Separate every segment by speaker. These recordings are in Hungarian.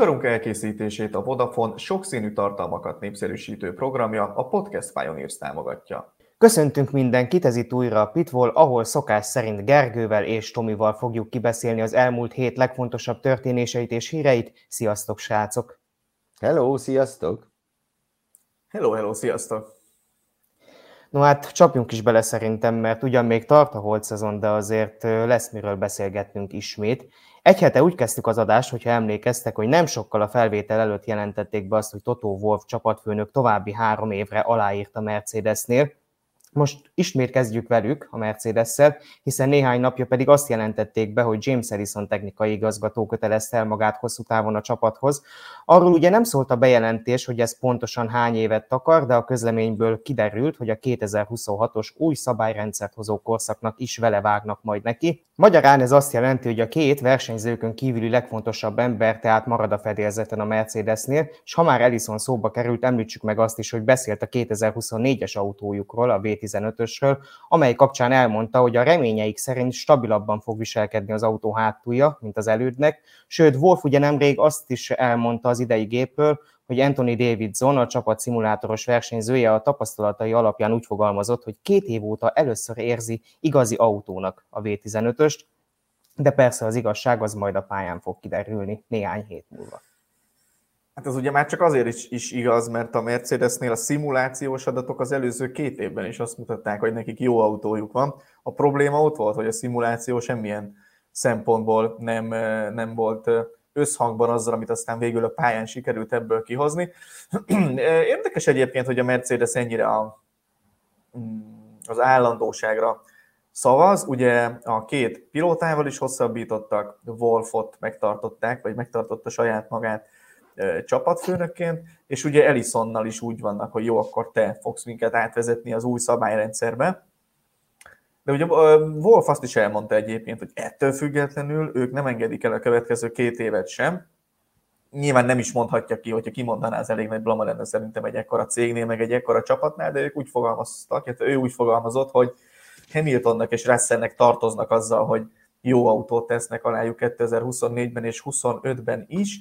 Speaker 1: Műsorunk elkészítését a Vodafone sokszínű tartalmakat népszerűsítő programja, a Podcast Pioneers támogatja.
Speaker 2: Köszöntünk mindenkit, ez itt újra a Pitbull, ahol szokás szerint Gergővel és Tomival fogjuk kibeszélni az elmúlt hét legfontosabb történéseit és híreit. Sziasztok, srácok!
Speaker 3: Hello, sziasztok!
Speaker 1: Hello, sziasztok!
Speaker 2: No hát csapjunk is bele szerintem, mert ugyan még tart a holt szezon, de azért lesz miről beszélgetnünk ismét. Egy hete úgy kezdtük az adást, hogyha emlékeztek, hogy nem sokkal a felvétel előtt jelentették be azt, hogy Toto Wolff csapatfőnök további 3 évre aláírt a Mercedesnél. Most ismét kezdjük velük, a Mercedes-szel, hiszen néhány napja pedig azt jelentették be, hogy James Allison technikai igazgató kötelezte el magát hosszú távon a csapathoz. Arról ugye nem szólt a bejelentés, hogy ez pontosan hány évet takar, de a közleményből kiderült, hogy a 2026-os új szabályrendszert hozó korszaknak is vele vágnak majd neki. Magyarán ez azt jelenti, hogy a két versenyzőkön kívüli legfontosabb ember tehát marad a fedélzeten a Mercedesnél, és ha már Allison szóba került, említsük meg azt is, hogy beszélt a 2024-es autójukról, a V15-ösről, amely kapcsán elmondta, hogy a reményeik szerint stabilabban fog viselkedni az autó hátulja, mint az elődnek, sőt Wolff ugye nemrég azt is elmondta az idei gépről, hogy Anthony Davidson, a csapat szimulátoros versenyzője a tapasztalatai alapján úgy fogalmazott, hogy 2 év óta először érzi igazi autónak a V15-öst, de persze az igazság az majd a pályán fog kiderülni néhány hét múlva.
Speaker 1: Hát ez ugye már csak azért is igaz, mert a Mercedesnél a szimulációs adatok az előző 2 évben is azt mutatták, hogy nekik jó autójuk van. A probléma ott volt, hogy a szimuláció semmilyen szempontból nem volt összhangban azzal, amit aztán végül a pályán sikerült ebből kihozni. Érdekes egyébként, hogy a Mercedes ennyire az állandóságra szavaz. Ugye a 2 pilótával is hosszabbítottak, Wolffot megtartották, vagy megtartotta saját magát csapatfőnökként, és ugye Allisonnal is úgy vannak, hogy jó, akkor te fogsz minket átvezetni az új szabályrendszerbe. De ugye Wolff azt is elmondta egyébként, hogy ettől függetlenül ők nem engedik el a következő 2 évet sem. Nyilván nem is mondhatja ki, hogyha kimondaná, az elég nagy blama lenne szerintem egy ekkora cégnél, meg egy ekkora csapatnál, de ők úgy fogalmaztak, illetve ő úgy fogalmazott, hogy Hamiltonnak és Russellnek tartoznak azzal, hogy jó autót tesznek alájuk 2024-ben és 2025-ben is.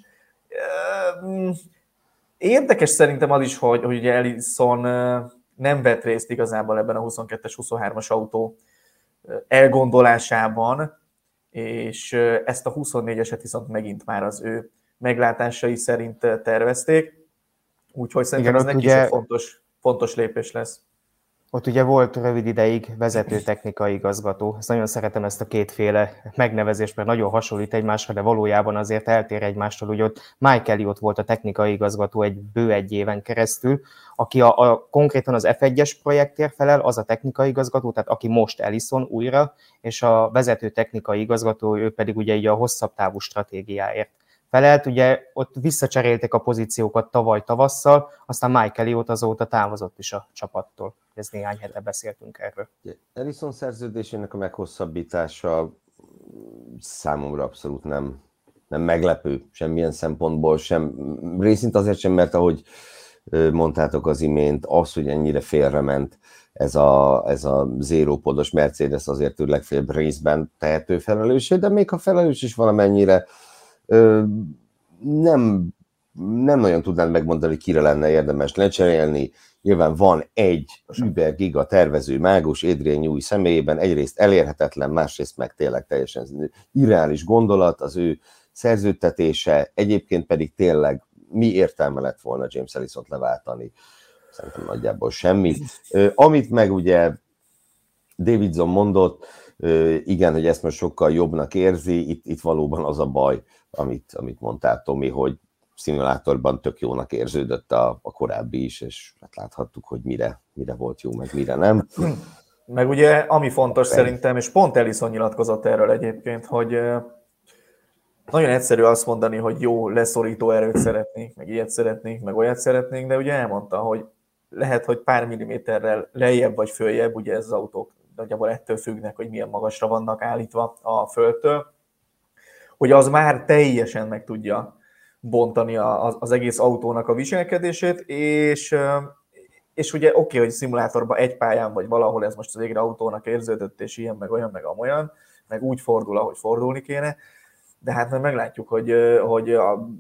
Speaker 1: Érdekes szerintem az is, hogy ugye Allison nem vett részt igazából ebben a 22-es, 23-as autó elgondolásában, és ezt a 24-eset viszont megint már az ő meglátásai szerint tervezték, úgyhogy szerintem ez neki is egy fontos lépés lesz.
Speaker 2: Ott ugye volt rövid ideig vezető technikai igazgató. Ezt nagyon szeretem, ezt a kétféle megnevezést, mert nagyon hasonlít egymásra, de valójában azért eltér egymástól. Ugye ott Mike Elliott volt a technikai igazgató bő 1 éven keresztül, aki konkrétan az F1-es projektért felel, az a technikai igazgató, tehát aki most Allison újra, és a vezető technikai igazgató, ő pedig ugye így a hosszabb távú stratégiáért felelt. Ugye ott visszacserélték a pozíciókat tavaly tavasszal, aztán Mike Elliott azóta távozott is a csapattól. Ez néhány hete beszéltünk erről.
Speaker 3: Allison szerződésének a meghosszabbítása számomra abszolút nem meglepő semmilyen szempontból, sem részint azért sem, mert ahogy mondtátok az imént, az, hogy ennyire félrement ez a zérópodos Mercedes, azért ő legfeljebb részben tehető felelősség, de még ha felelős is valamennyire, nem nagyon tudnád megmondani, hogy kire lenne érdemes lecserélni. Nyilván van egy über giga tervező mágus Adrian Newey személyében, egyrészt elérhetetlen, másrészt meg tényleg teljesen irreális gondolat, az ő szerződtetése, egyébként pedig tényleg mi értelme lett volna James Allison-t leváltani? Szerintem nagyjából semmi. Amit meg ugye Davidson mondott, igen, hogy ezt most sokkal jobbnak érzi, itt valóban az a baj, amit mondtál, Tomi, hogy szimulátorban tök jónak érződött a korábbi is, és hát láthattuk, hogy mire volt jó, meg mire nem.
Speaker 1: Meg ugye, ami fontos szerintem, és pont Allison nyilatkozott erről egyébként, hogy nagyon egyszerű azt mondani, hogy jó, leszorító erőt szeretnénk, meg ilyet szeretnénk, meg olyat szeretnénk, de ugye elmondta, hogy lehet, hogy pár milliméterrel lejjebb vagy följebb, ugye ez az autók nagyjából ettől függnek, hogy milyen magasra vannak állítva a földtől, hogy az már teljesen meg tudja bontani az egész autónak a viselkedését, és ugye oké, hogy szimulátorban egy pályán vagy valahol ez most az égre autónak érződött, és ilyen, meg olyan, meg amolyan, meg úgy fordul, ahogy fordulni kéne, de hát meg meglátjuk, hogy a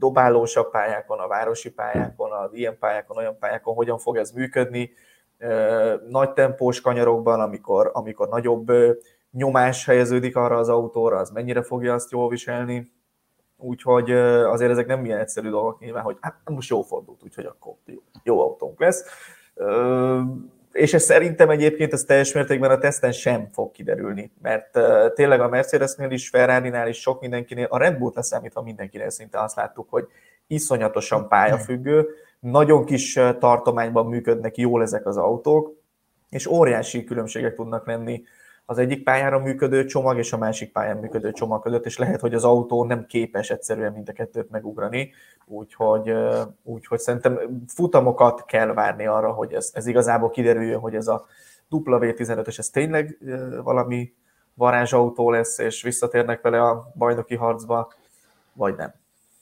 Speaker 1: dobálósabb pályákon, a városi pályákon, az ilyen pályákon, olyan pályákon hogyan fog ez működni, nagy tempós kanyarokban, amikor nagyobb nyomás helyeződik arra az autóra, az mennyire fogja azt jól viselni. Úgyhogy azért ezek nem ilyen egyszerű dolgok nyilván, hogy hát most jól fordult, úgyhogy akkor jó autónk lesz. És ez szerintem egyébként ez teljes mértékben a teszten sem fog kiderülni, mert tényleg a Mercedesnél is, Ferrarinál is, sok mindenkinél, a Red Bullt leszámítva mindenkinél szinte azt láttuk, hogy iszonyatosan pályafüggő, nagyon kis tartományban működnek jól ezek az autók, és óriási különbségek tudnak lenni az egyik pályára működő csomag és a másik pályán működő csomag között, és lehet, hogy az autó nem képes egyszerűen mind a kettőt megugrani, úgyhogy szerintem futamokat kell várni arra, hogy ez igazából kiderüljön, hogy ez a W15-ös, ez tényleg valami varázsautó lesz, és visszatérnek vele a bajnoki harcba, vagy nem.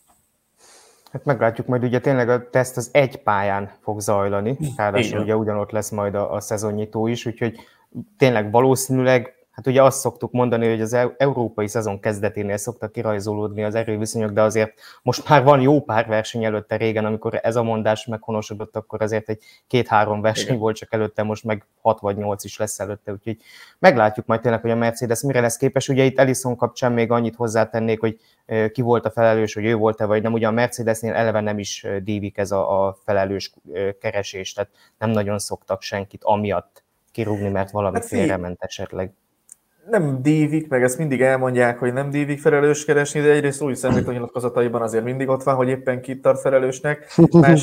Speaker 2: Hát meglátjuk majd, ugye tényleg a teszt az egy pályán fog zajlani, ráadásul ugye ugyanott lesz majd a szezonnyitó is, úgyhogy tényleg valószínűleg, hát ugye azt szoktuk mondani, hogy az európai szezon kezdeténél szoktak kirajzolódni az erőviszonyok, de azért most már van jó pár verseny előtte, régen, amikor ez a mondás meghonosodott, akkor azért egy 2-3 verseny volt csak előtte, most meg 6 vagy 8 is lesz előtte, úgyhogy meglátjuk majd tényleg, hogy a Mercedes mire lesz képes. Ugye itt Ellison kapcsán még annyit hozzátennék, hogy ki volt a felelős, hogy ő volt-e, vagy nem. Ugye a Mercedesnél eleve nem is dívik ez a felelős keresés, tehát nem nagyon szoktak senkit amiatt kirúgni, mert valami félrement esetleg. Nem
Speaker 1: dívik, meg ezt mindig elmondják, hogy nem dívik felelős keresni, de egyrészt Lewis Hamilton nyilatkozataiban azért mindig ott van, hogy éppen kit tart felelősnek,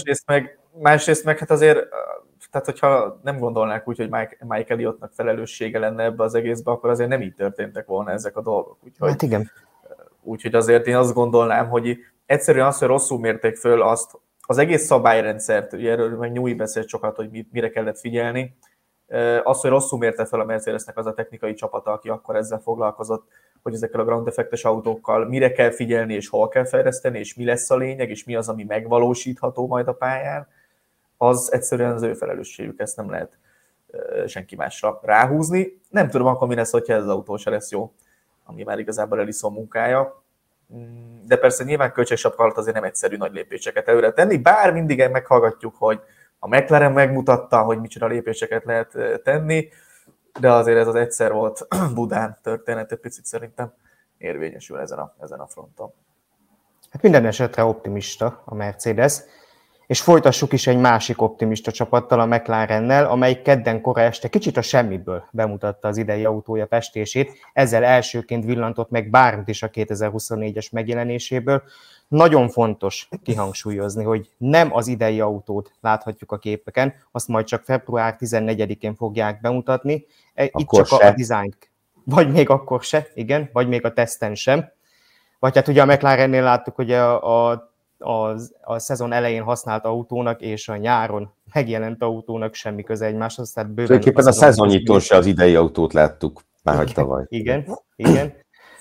Speaker 1: másrészt meg hát azért, tehát hogyha nem gondolnák úgy, hogy Mike Elliottnak felelőssége lenne ebbe az egészbe, akkor azért nem így történtek volna ezek a dolgok.
Speaker 2: Hát igen.
Speaker 1: Úgyhogy azért én azt gondolnám, hogy egyszerűen az, hogy rosszul mérték föl azt, az egész szabályrendszert, ugye erről meg Nyújj beszélt sokat, hogy mire kellett figyelni, az, hogy rosszul mérte fel a Mercedesnek az a technikai csapata, aki akkor ezzel foglalkozott, hogy ezekkel a ground effektes autókkal mire kell figyelni, és hol kell fejleszteni, és mi lesz a lényeg, és mi az, ami megvalósítható majd a pályán, az egyszerűen az ő felelősségük, ezt nem lehet senki másra ráhúzni. Nem tudom akkor mi lesz, hogyha ez az autó se lesz jó, ami már igazából Ellison munkája. De persze nyilván költségsapka alatt azért nem egyszerű nagy lépéseket előre tenni, bár mindig meghallgatjuk, hogy a McLaren megmutatta, hogy micsoda lépéseket lehet tenni, de azért ez az egyszer volt Budán történet, egy picit szerintem érvényesül ezen a fronton.
Speaker 2: Hát minden esetre optimista a Mercedes, és folytassuk is egy másik optimista csapattal, a McLarennel, amely kedden kora este kicsit a semmiből bemutatta az idei autója festését, ezzel elsőként villantott meg bármit is a 2024-es megjelenéséből. Nagyon fontos kihangsúlyozni, hogy nem az idei autót láthatjuk a képeken, azt majd csak február 14-én fogják bemutatni. Itt
Speaker 3: akkor
Speaker 2: csak
Speaker 3: se.
Speaker 2: a design, vagy még akkor se, igen, vagy még a teszten sem. Vagy hát ugye a McLarennél láttuk, hogy a szezon elején használt autónak és a nyáron megjelent autónak semmi köze egymáshoz. Tehát bőven
Speaker 3: a szezonnyitón se az idei autót láttuk, már hogy tavaly.
Speaker 2: Igen.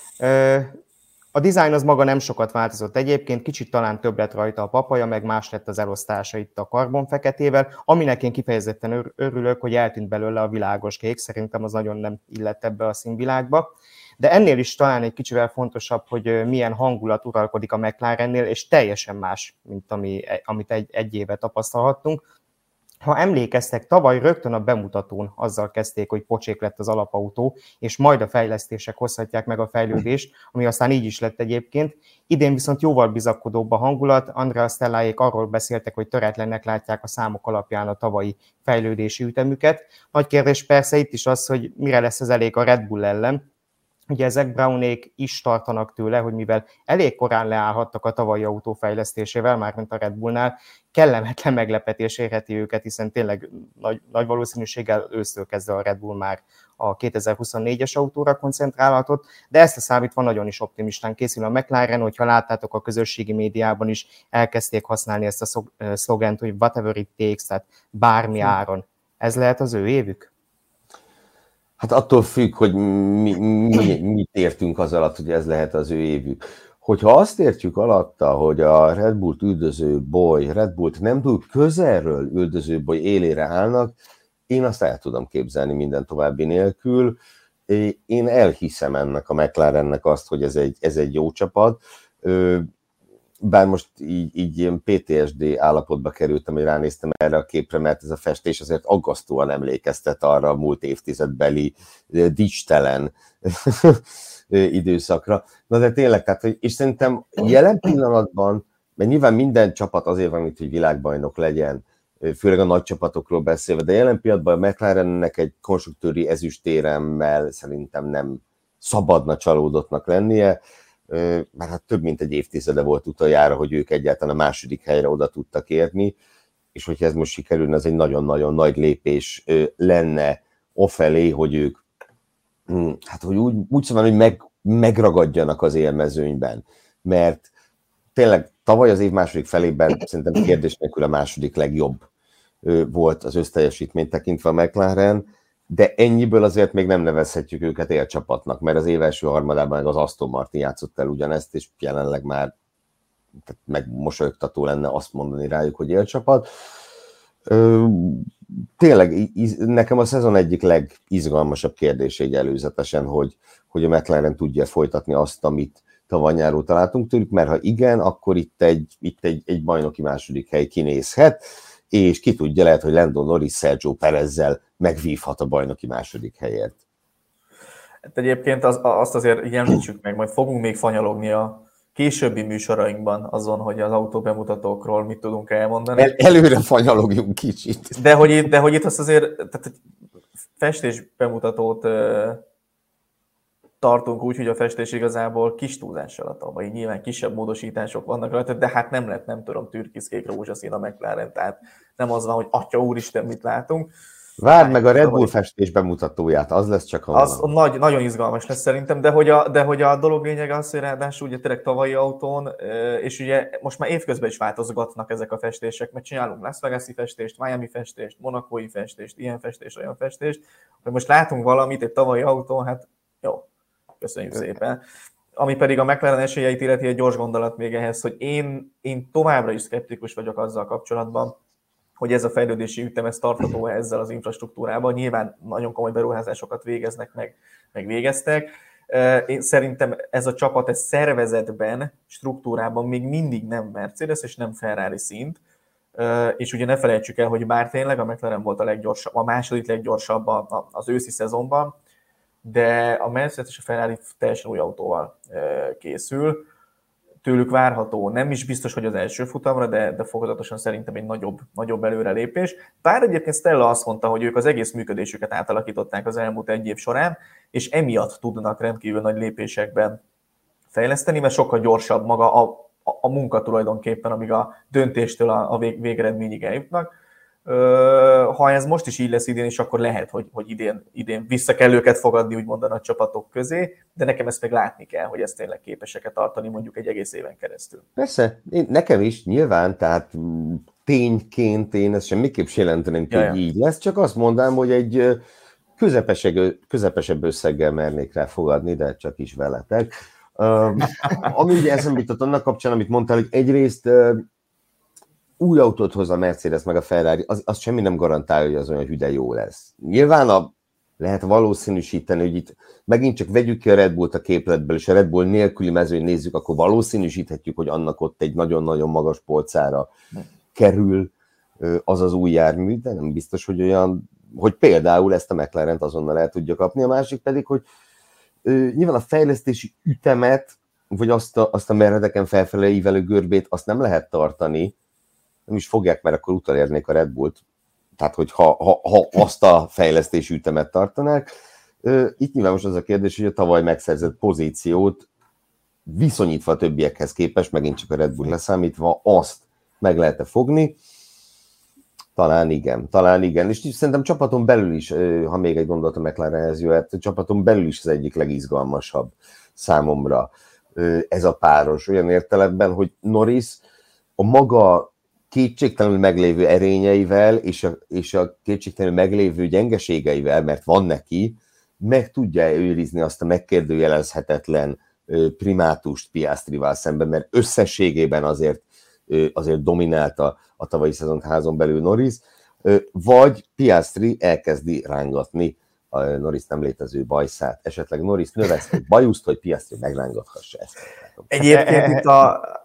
Speaker 2: A design az maga nem sokat változott egyébként, kicsit talán több lett rajta a papaja, meg más lett az elosztása itt a karbonfeketével, aminek én kifejezetten örülök, hogy eltűnt belőle a világos kék, szerintem az nagyon nem illett ebbe a színvilágba. De ennél is talán egy kicsivel fontosabb, hogy milyen hangulat uralkodik a McLarennél, és teljesen más, mint amit egy éve tapasztalhattunk. Ha emlékeztek, tavaly rögtön a bemutatón azzal kezdték, hogy pocsék lett az alapautó, és majd a fejlesztések hozhatják meg a fejlődést, ami aztán így is lett egyébként. Idén viszont jóval bizakodóbb a hangulat, Andrea Stelláék arról beszéltek, hogy töretlennek látják a számok alapján a tavalyi fejlődési ütemüket. Nagy kérdés persze itt is az, hogy mire lesz az elég a Red Bull ellen. Ugye Zac Brownék is tartanak tőle, hogy mivel elég korán leállhattak a tavalyi autó fejlesztésével, mármint a Red Bullnál, kellemetlen meglepetés érheti őket, hiszen tényleg nagy valószínűséggel ősztől kezdve a Red Bull már a 2024-es autóra koncentrálhatott, de ezt a számítva nagyon is optimistán készül a McLaren, hogyha láttátok a közösségi médiában is elkezdték használni ezt a szlogent, hogy whatever it takes, tehát bármi áron. Ez lehet az ő évük?
Speaker 3: Hát attól függ, hogy mit értünk az alatt, hogy ez lehet az ő évük. Hogyha azt értjük alatta, hogy a Red Bullt üldöző boly, Red Bullt nem túl közelről üldöző boly élére állnak, én azt el tudom képzelni minden további nélkül. Én elhiszem ennek a McLarennek azt, hogy ez egy jó csapat. bár most így ilyen PTSD állapotba kerültem, hogy ránéztem erre a képre, mert ez a festés azért aggasztóan emlékeztet arra a múlt évtizedbeli dicstelen időszakra. Na de tényleg, tehát, és szerintem jelen pillanatban, mert nyilván minden csapat azért van, hogy világbajnok legyen, főleg a nagy csapatokról beszélve, de jelen pillanatban a McLarennek egy konstruktőri ezüstéremmel szerintem nem szabadna csalódottnak lennie, mert hát több mint egy évtizede volt utoljára, hogy ők egyáltalán a második helyre oda tudtak érni, és hogyha ez most sikerülne, az egy nagyon-nagyon nagy lépés lenne afelé, hogy ők, hát hogy úgy szóval, hogy megragadjanak az élmezőnyben, mert tényleg tavaly az év második felében szerintem kérdés nélkül a második legjobb volt az összteljesítményt tekintve a McLaren, de ennyiből azért még nem nevezhetjük őket élcsapatnak, mert az év első harmadában az Aston Martin játszott el ugyanezt, és jelenleg már megmosolyogtató lenne azt mondani rájuk, hogy élcsapat. Tényleg nekem a szezon egyik legizgalmasabb kérdése így előzetesen, hogy a McLaren tudja folytatni azt, amit tavaly nyáron találtunk tőlük, mert ha igen, akkor itt egy bajnoki második hely kinézhet, és ki tudja, lehet, hogy Lando Norris Sergio Perezzel megvívhat a bajnoki második helyért.
Speaker 1: Hát egyébként azt azért említsük meg, majd fogunk még fanyalogni a későbbi műsorainkban azon, hogy az autóbemutatókról mit tudunk elmondani.
Speaker 3: Előre fanyalogjunk kicsit.
Speaker 1: De hogy itt azt azért, tehát festés bemutatót tartunk úgy, hogy a festés igazából kis túlzással a tavalyi. Nyilván kisebb módosítások vannak rajta, de hát nem lett, nem tudom, türkiszkék rózsaszín a McLaren, tehát nem az van, hogy atya úristen, mit látunk.
Speaker 3: Várd meg a Red Bull festés bemutatóját, az lesz csak
Speaker 1: az nagyon izgalmas lesz szerintem, de hogy a dolog lényege az, hogy ráadásul ugye tényleg tavalyi autón, és ugye most már évközben is változgatnak ezek a festések, mert csinálunk Las Vegas-i festést, Miami festést, Monacói festést, ilyen festést, olyan festést, hogy most látunk valamit egy tavalyi autón, hát jó, köszönjük szépen. Ami pedig a McLaren esélyeit illeti, egy gyors gondolat még ehhez, hogy én továbbra is szkeptikus vagyok azzal kapcsolatban, hogy ez a fejlődési ütem, ez tartható ezzel az infrastruktúrában. Nyilván nagyon komoly beruházásokat végeznek, meg végeztek. Én szerintem ez a csapat ez szervezetben, struktúrában még mindig nem Mercedes és nem Ferrari szint. És ugye ne felejtsük el, hogy bár tényleg a McLaren volt a második leggyorsabb az őszi szezonban, de a Mercedes és a Ferrari teljesen új autóval készül. Tőlük várható, nem is biztos, hogy az első futamra, de fokozatosan szerintem egy nagyobb előrelépés. Bár egyébként Stella azt mondta, hogy ők az egész működésüket átalakították az elmúlt egy év során, és emiatt tudnak rendkívül nagy lépésekben fejleszteni, mert sokkal gyorsabb maga a munka tulajdonképpen, amíg a döntéstől a végeredményig eljutnak. Ha ez most is így lesz idén is, akkor lehet, hogy idén vissza kell őket fogadni, úgymond a nagy csapatok közé, de nekem ezt meg látni kell, hogy ezt tényleg képesek tartani mondjuk egy egész éven keresztül.
Speaker 3: Persze, nekem is nyilván, tehát tényként én ezt semmiképp sem jelenteném, hogy így lesz, csak azt mondanám, hogy egy közepesebb összeggel mernék rá fogadni, de csak is veletek. Ami ugye eszembe jutott annak kapcsán, amit mondtál, hogy egyrészt új autót hoz a Mercedes meg a Ferrari, az semmi nem garantálja, hogy az olyan hüde jó lesz. Nyilván lehet valószínűsíteni, hogy itt megint csak vegyük ki a Red Bullt a képletből, és a Red Bull nélküli mezőn nézzük, akkor valószínűsíthetjük, hogy annak ott egy nagyon-nagyon magas polcára kerül az új jármű, de nem biztos, hogy olyan, hogy például ezt a McLaren-t azonnal el tudja kapni. A másik pedig, hogy nyilván a fejlesztési ütemet, vagy azt a meredeken felfelé ívelő görbét, azt nem lehet tartani, nem is fogják, mert akkor utolérnék a Red Bullt. Tehát, hogy ha azt a fejlesztési ütemet tartanák. Itt nyilván most az a kérdés, hogy a tavaly megszerzett pozíciót viszonyítva a többiekhez képest, megint csak a Red Bull leszámítva, azt meg lehet-e fogni? Talán igen. És szerintem csapaton belül is, ha még egy gondolat a McLarenhez jöhet, csapaton belül is az egyik legizgalmasabb számomra ez a páros. Olyan értelemben, hogy Norris a maga kétségtelenül meglévő erényeivel és a kétségtelenül meglévő gyengeségeivel, mert van neki, meg tudja őrizni azt a megkérdőjelezhetetlen primátust Piastrival szemben, mert összességében azért dominálta a tavalyi szezont házon belül Norris, vagy Piastri elkezdi rángatni a Norris nem létező bajszát. Esetleg Norris növeszt egy bajuszt, hogy Piastri megrángathassa ezt.
Speaker 1: Egyébként itt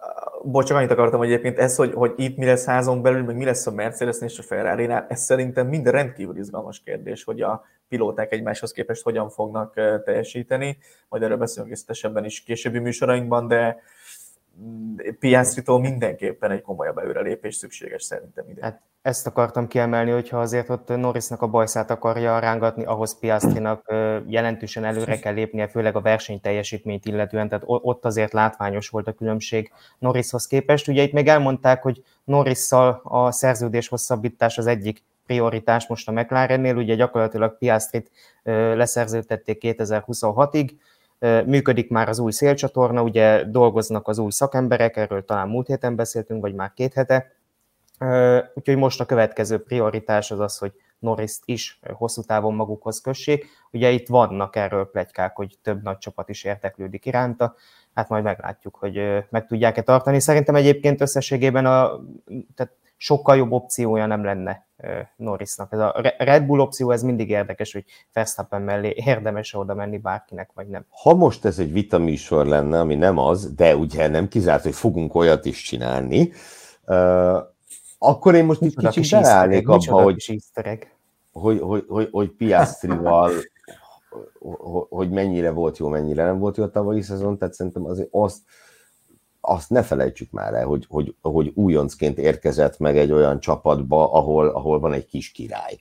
Speaker 1: Csak annyit akartam, hogy egyébként ez, hogy itt mi lesz házon belül, meg mi lesz a Mercedesnél és a Ferrarinál, ez szerintem minden rendkívül izgalmas kérdés, hogy a pilóták egymáshoz képest hogyan fognak teljesíteni. Majd erről beszélünk részletesebben is későbbi műsorainkban, de Piastritól mindenképpen egy komolyabb előrelépés szükséges szerintem ide.
Speaker 2: Hát ezt akartam kiemelni, hogyha azért ott Norrisnak a bajszát akarja rángatni, ahhoz Piastrinak jelentősen előre kell lépnie, főleg a versenyteljesítményt illetően, tehát ott azért látványos volt a különbség Norrishoz képest. Ugye itt még elmondták, hogy Norrisszal a szerződés hosszabbítás az egyik prioritás most a McLarennél, ugye gyakorlatilag Piastrit leszerződtették 2026-ig, működik már az új szélcsatorna, ugye dolgoznak az új szakemberek, erről talán múlt héten beszéltünk, vagy már 2 hete. Úgyhogy most a következő prioritás az az, hogy Norrist is hosszú távon magukhoz kössék. Ugye itt vannak erről pletykák, hogy több nagy csapat is érdeklődik iránta. Hát majd meglátjuk, hogy meg tudják-e tartani. Szerintem egyébként összességében tehát sokkal jobb opciója nem lenne Norrisnak. Ez a Red Bull opció, ez mindig érdekes, hogy Verstappen mellé érdemes oda menni bárkinek, vagy nem.
Speaker 3: Ha most ez egy vitaműsor lenne, ami nem az, de ugye nem kizárt, hogy fogunk olyat is csinálni, akkor én most itt kicsit beleállnék abba, hogy Piastrival, hogy mennyire volt jó, mennyire nem volt jó a tavalyi szezon, tehát szerintem azért azt ne felejtsük már el, hogy újoncként érkezett meg egy olyan csapatba, ahol van egy kis király.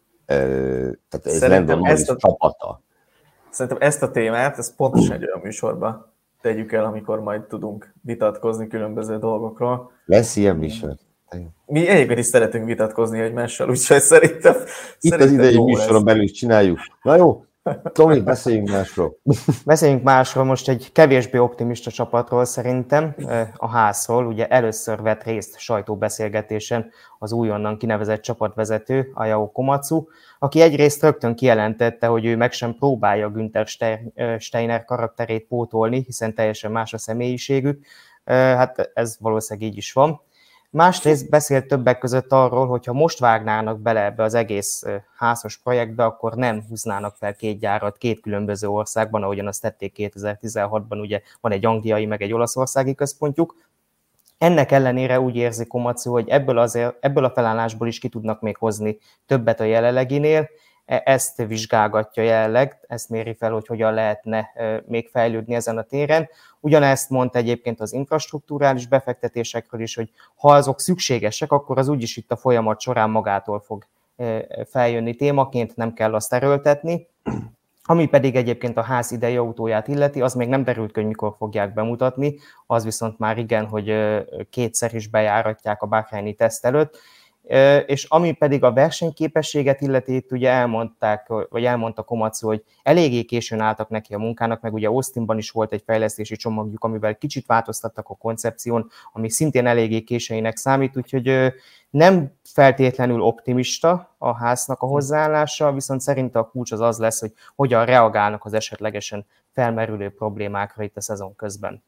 Speaker 3: Tehát ez Lando Norris csapata.
Speaker 1: Szerintem ezt a témát, ez pontosan egy olyan műsorba tegyük el, amikor majd tudunk vitatkozni különböző dolgokról.
Speaker 3: Lesz ilyen műsor?
Speaker 1: Mi egyébként is szeretünk vitatkozni egymással, úgyhogy szerintem
Speaker 3: itt az idei műsoron belül is csináljuk. Na jó, Tomi, beszéljünk másról.
Speaker 2: Beszéljünk másról, most egy kevésbé optimista csapatról szerintem, a Haasról. Ugye először vett részt sajtóbeszélgetésen az újonnan kinevezett csapatvezető, Ayao Komatsu, aki egyrészt rögtön kijelentette, hogy ő meg sem próbálja Günther Steiner karakterét pótolni, hiszen teljesen más a személyiségük. Hát ez valószínűleg így is van. Másrészt beszélt többek között arról, hogy ha most vágnának bele ebbe az egész házas projektbe, akkor nem húznának fel 2 gyárat 2 különböző országban, ahogyan azt tették 2016-ban, ugye van egy angliai, meg egy olaszországi központjuk. Ennek ellenére úgy érzi Komatsu, hogy ebből a felállásból is ki tudnak még hozni többet a jelenleginél. Ezt vizsgálgatja jelenleg, ezt méri fel, hogy hogyan lehetne még fejlődni ezen a téren. Ugyanezt mondta egyébként az infrastruktúrális befektetésekről is, hogy ha azok szükségesek, akkor az úgyis itt a folyamat során magától fog feljönni témaként, nem kell azt erőltetni. Ami pedig egyébként a ház idei autóját illeti, az még nem derült ki, hogy mikor fogják bemutatni, az viszont már igen, hogy 2-szer is bejáratják a bahreini teszt előtt. És ami pedig a versenyképességet illeti, itt ugye elmondta Komatsu, hogy eléggé későn álltak neki a munkának, meg ugye Austinban is volt egy fejlesztési csomagjuk, amivel kicsit változtattak a koncepción, ami szintén eléggé későinek számít, úgyhogy nem feltétlenül optimista a háznak a hozzáállása, viszont szerinte a kulcs az lesz, hogy hogyan reagálnak az esetlegesen felmerülő problémákra itt a szezon közben.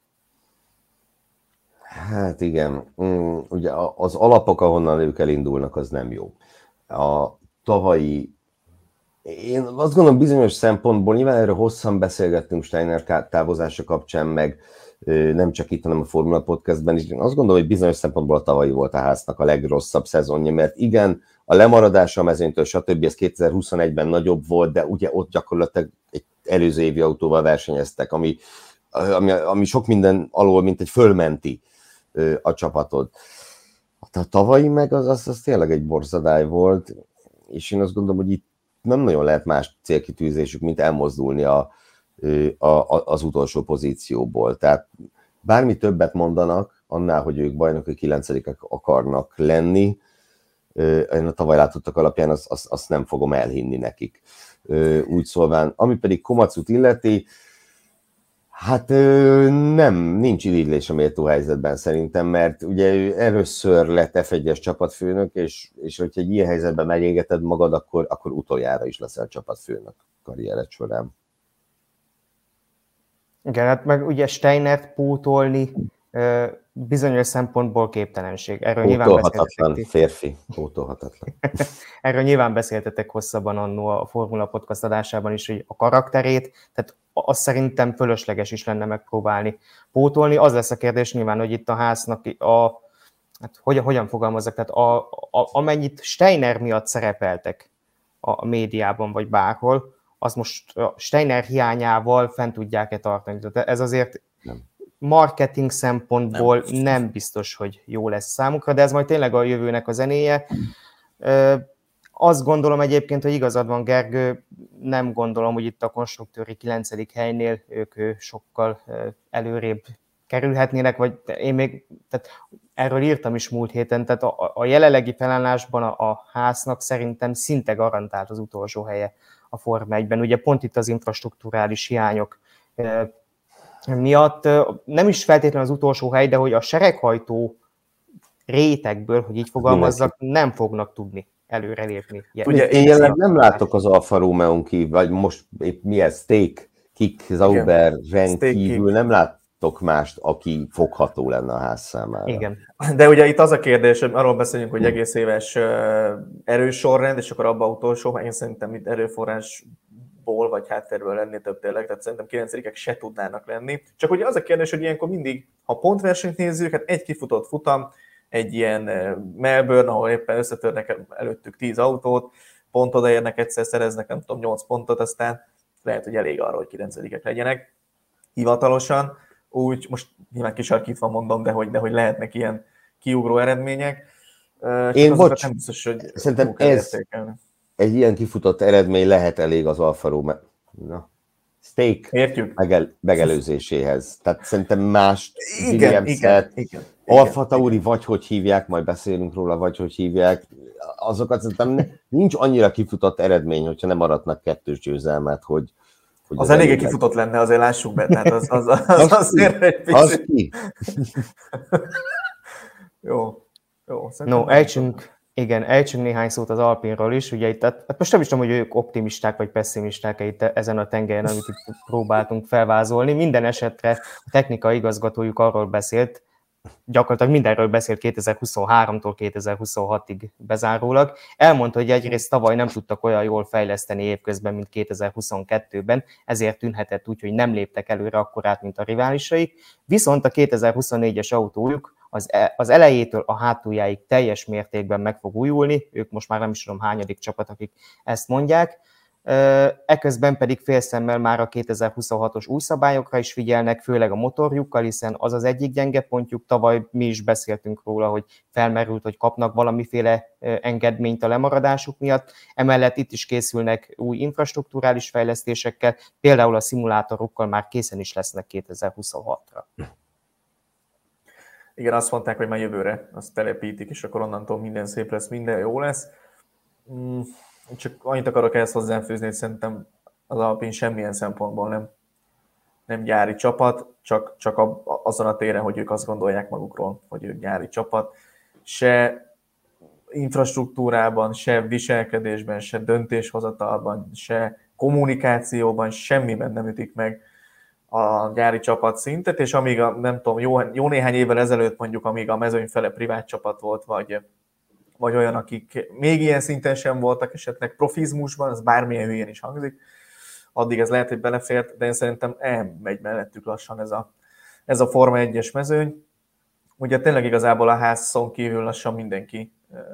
Speaker 3: Hát igen, ugye az alapok, ahonnan ők elindulnak, az nem jó. A tavalyi, én azt gondolom bizonyos szempontból, nyilván erről hosszan beszélgettünk Steiner távozása kapcsán, meg nem csak itt, hanem a Formula Podcastben is. Én azt gondolom, hogy bizonyos szempontból a tavalyi volt a háznak a legrosszabb szezonja, mert igen, a lemaradása a mezőnytől, stb. Ez 2021-ben nagyobb volt, de ugye ott gyakorlatilag egy előző évi autóval versenyeztek, ami sok minden alól, mint egy fölmenti a csapatod. A tavalyi meg az tényleg egy borzadály volt, és én azt gondolom, hogy itt nem nagyon lehet más célkitűzésük, mint elmozdulni az utolsó pozícióból. Tehát bármi többet mondanak, annál, hogy ők bajnoki 9-ek akarnak lenni, én a tavaly látottak alapján azt nem fogom elhinni nekik. Úgy szólván, ami pedig Komatsut illeti, hát nincs irigylés a méltó helyzetben szerintem, mert ugye ő először lett F1-es csapatfőnök, és hogyha egy ilyen helyzetben megégeted magad, akkor utoljára is leszel csapatfőnök karriered során.
Speaker 2: Igen, hát meg ugye Steinert pótolni bizonyos szempontból képtelenség. Erről
Speaker 3: Pótolhatatlan férfi, pótolhatatlan.
Speaker 2: Erről nyilván beszéltetek hosszabban annó a Formula Podcast adásában is, hogy a karakterét, tehát azt szerintem fölösleges is lenne megpróbálni pótolni. Az lesz a kérdés nyilván, hogy itt a háznak hát hogyan fogalmazzak, tehát amennyit Steiner miatt szerepeltek a médiában, vagy bárhol, az most Steiner hiányával fent tudják-e tartani. Tehát ez azért marketing szempontból nem biztos, hogy jó lesz számukra, de ez majd tényleg a jövőnek a zenéje. Azt gondolom egyébként, hogy igazad van, Gergő, nem gondolom, hogy itt a konstruktőri 9. helynél ők sokkal előrébb kerülhetnének, vagy én még, tehát erről írtam is múlt héten, tehát a jelenlegi felállásban a háznak szerintem szinte garantált az utolsó helye a Forma 1-ben. Ugye pont itt az infrastrukturális hiányok miatt nem is feltétlenül az utolsó hely, de hogy a sereghajtó rétegből, hogy így fogalmazzak, nem fognak tudni előrelépni.
Speaker 3: Ugye én jelenleg nem látok az Alfa Romeo-n kívül, vagy most épp mi ez, Steak, Kik, Zauber, kívül, nem látok mást, aki fogható lenne a ház számára.
Speaker 2: Igen.
Speaker 1: De ugye itt az a kérdés, hogy arról beszélünk, hogy egész éves erősorrend, és akkor abban utolsó, én szerintem itt erőforrásból vagy háttérből lenni több tényleg, tehát szerintem 9-ek se tudnának lenni. Csak ugye az a kérdés, hogy ilyenkor mindig, ha pontversenyt nézzük, hát egy kifutott futam, egy ilyen Melbourne, ahol éppen összetörnek előttük 10 autót, pont odaérnek, egyszer szereznek, nem tudom, 8 pontot, aztán lehet, hogy elég arra, hogy 9-ek legyenek hivatalosan. Úgy most nyilván kisarkítva mondom, de hogy lehetnek ilyen kiugró eredmények.
Speaker 3: Én bocs,
Speaker 1: nem biztos, hogy
Speaker 3: szerintem ez egy ilyen kifutott eredmény lehet elég az Alfa Romeo Steak megelőzéséhez. Tehát szerintem más
Speaker 1: igen.
Speaker 3: Alfa Tauri vagy hogy hívják, majd beszélünk róla, vagy hogy hívják, azokat szerintem nincs annyira kifutott eredmény, hogyha nem aratnak 2 győzelmet, hogy
Speaker 1: az eléggé kifutott lenne, azért lássuk be, tehát az azért egy picit.
Speaker 3: Az ki?
Speaker 1: Jó.
Speaker 2: Ejtsünk néhány szót az Alpinról is. Ugye itt, hát most nem is tudom, hogy ők optimisták vagy pessimisták itt ezen a tengelyen, amit itt próbáltunk felvázolni. Minden esetre a technikai igazgatójuk arról beszélt, gyakorlatilag mindenről beszélt 2023-tól 2026-ig bezárólag. Elmondta, hogy egyrészt tavaly nem tudtak olyan jól fejleszteni évközben, mint 2022-ben, ezért tűnhetett úgy, hogy nem léptek előre akkorát, mint a riválisaik. Viszont a 2024-es autójuk az elejétől a hátuljáig teljes mértékben meg fog újulni, ők most már nem is tudom hányadik csapat, akik ezt mondják. Eközben pedig félszemmel már a 2026-os új szabályokra is figyelnek, főleg a motorjukkal, hiszen az az egyik gyenge pontjuk, tavaly mi is beszéltünk róla, hogy felmerült, hogy kapnak valamiféle engedményt a lemaradásuk miatt, emellett itt is készülnek új infrastrukturális fejlesztésekkel, például a szimulátorokkal már készen is lesznek 2026-ra.
Speaker 1: Igen, azt mondták, hogy már jövőre azt telepítik, és akkor onnantól minden szép lesz, minden jó lesz. Csak annyit akarok ehhez hozzáfűzni, hogy szerintem az Alpine semmilyen szempontból nem gyári csapat, csak azon a téren, hogy ők azt gondolják magukról, hogy ők gyári csapat. Se infrastruktúrában, se viselkedésben, se döntéshozatalban, se kommunikációban, semmiben nem ütik meg a gyári csapat szintet, és amíg nem tudom, jó néhány évvel ezelőtt mondjuk, amíg a mezőny fele privát csapat volt, vagy olyan, akik még ilyen szinten sem voltak esetleg profizmusban, ez bármilyen hülyén is hangzik, addig ez lehet, hogy belefért, de én szerintem elmegy mellettük lassan ez a Forma 1-es mezőny. Ugye tényleg igazából a házon kívül lassan mindenki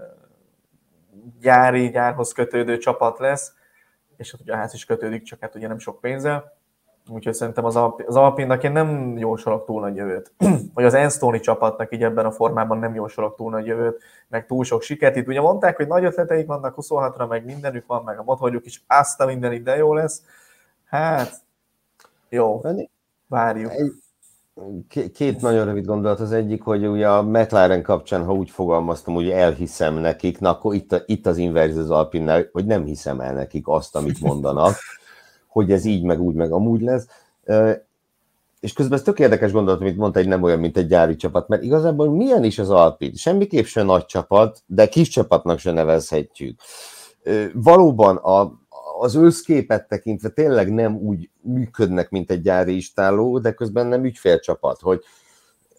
Speaker 1: gyárhoz kötődő csapat lesz, és hát ugye a ház is kötődik, csak hát ugye nem sok pénzzel. Úgyhogy szerintem az Alpine-nak én nem jósolok túl nagy jövőt. Vagy az Enstone csapatnak így ebben a formában nem jósolok túl nagy jövőt, meg túl sok sikert. Itt ugye mondták, hogy nagy ötleteik vannak 26-ra, meg mindenük van, meg a motorjuk is, azt a minden ide jó lesz. Hát, jó, várjuk.
Speaker 3: Két nagyon rövid gondolat. Az egyik, hogy ugye a McLaren kapcsán, ha úgy fogalmaztam, hogy elhiszem nekik, na akkor itt az inverz az Alpine-nál, hogy nem hiszem el nekik azt, amit mondanak, hogy ez így, meg úgy, meg amúgy lesz. És közben ez tök érdekes gondolat, amit mondta, hogy nem olyan, mint egy gyári csapat, mert igazából milyen is az Alpine? Semmiképp se nagy csapat, de kis csapatnak se nevezhetjük. Valóban az összképet tekintve tényleg nem úgy működnek, mint egy gyári istálló, de közben nem ügyfélcsapat, hogy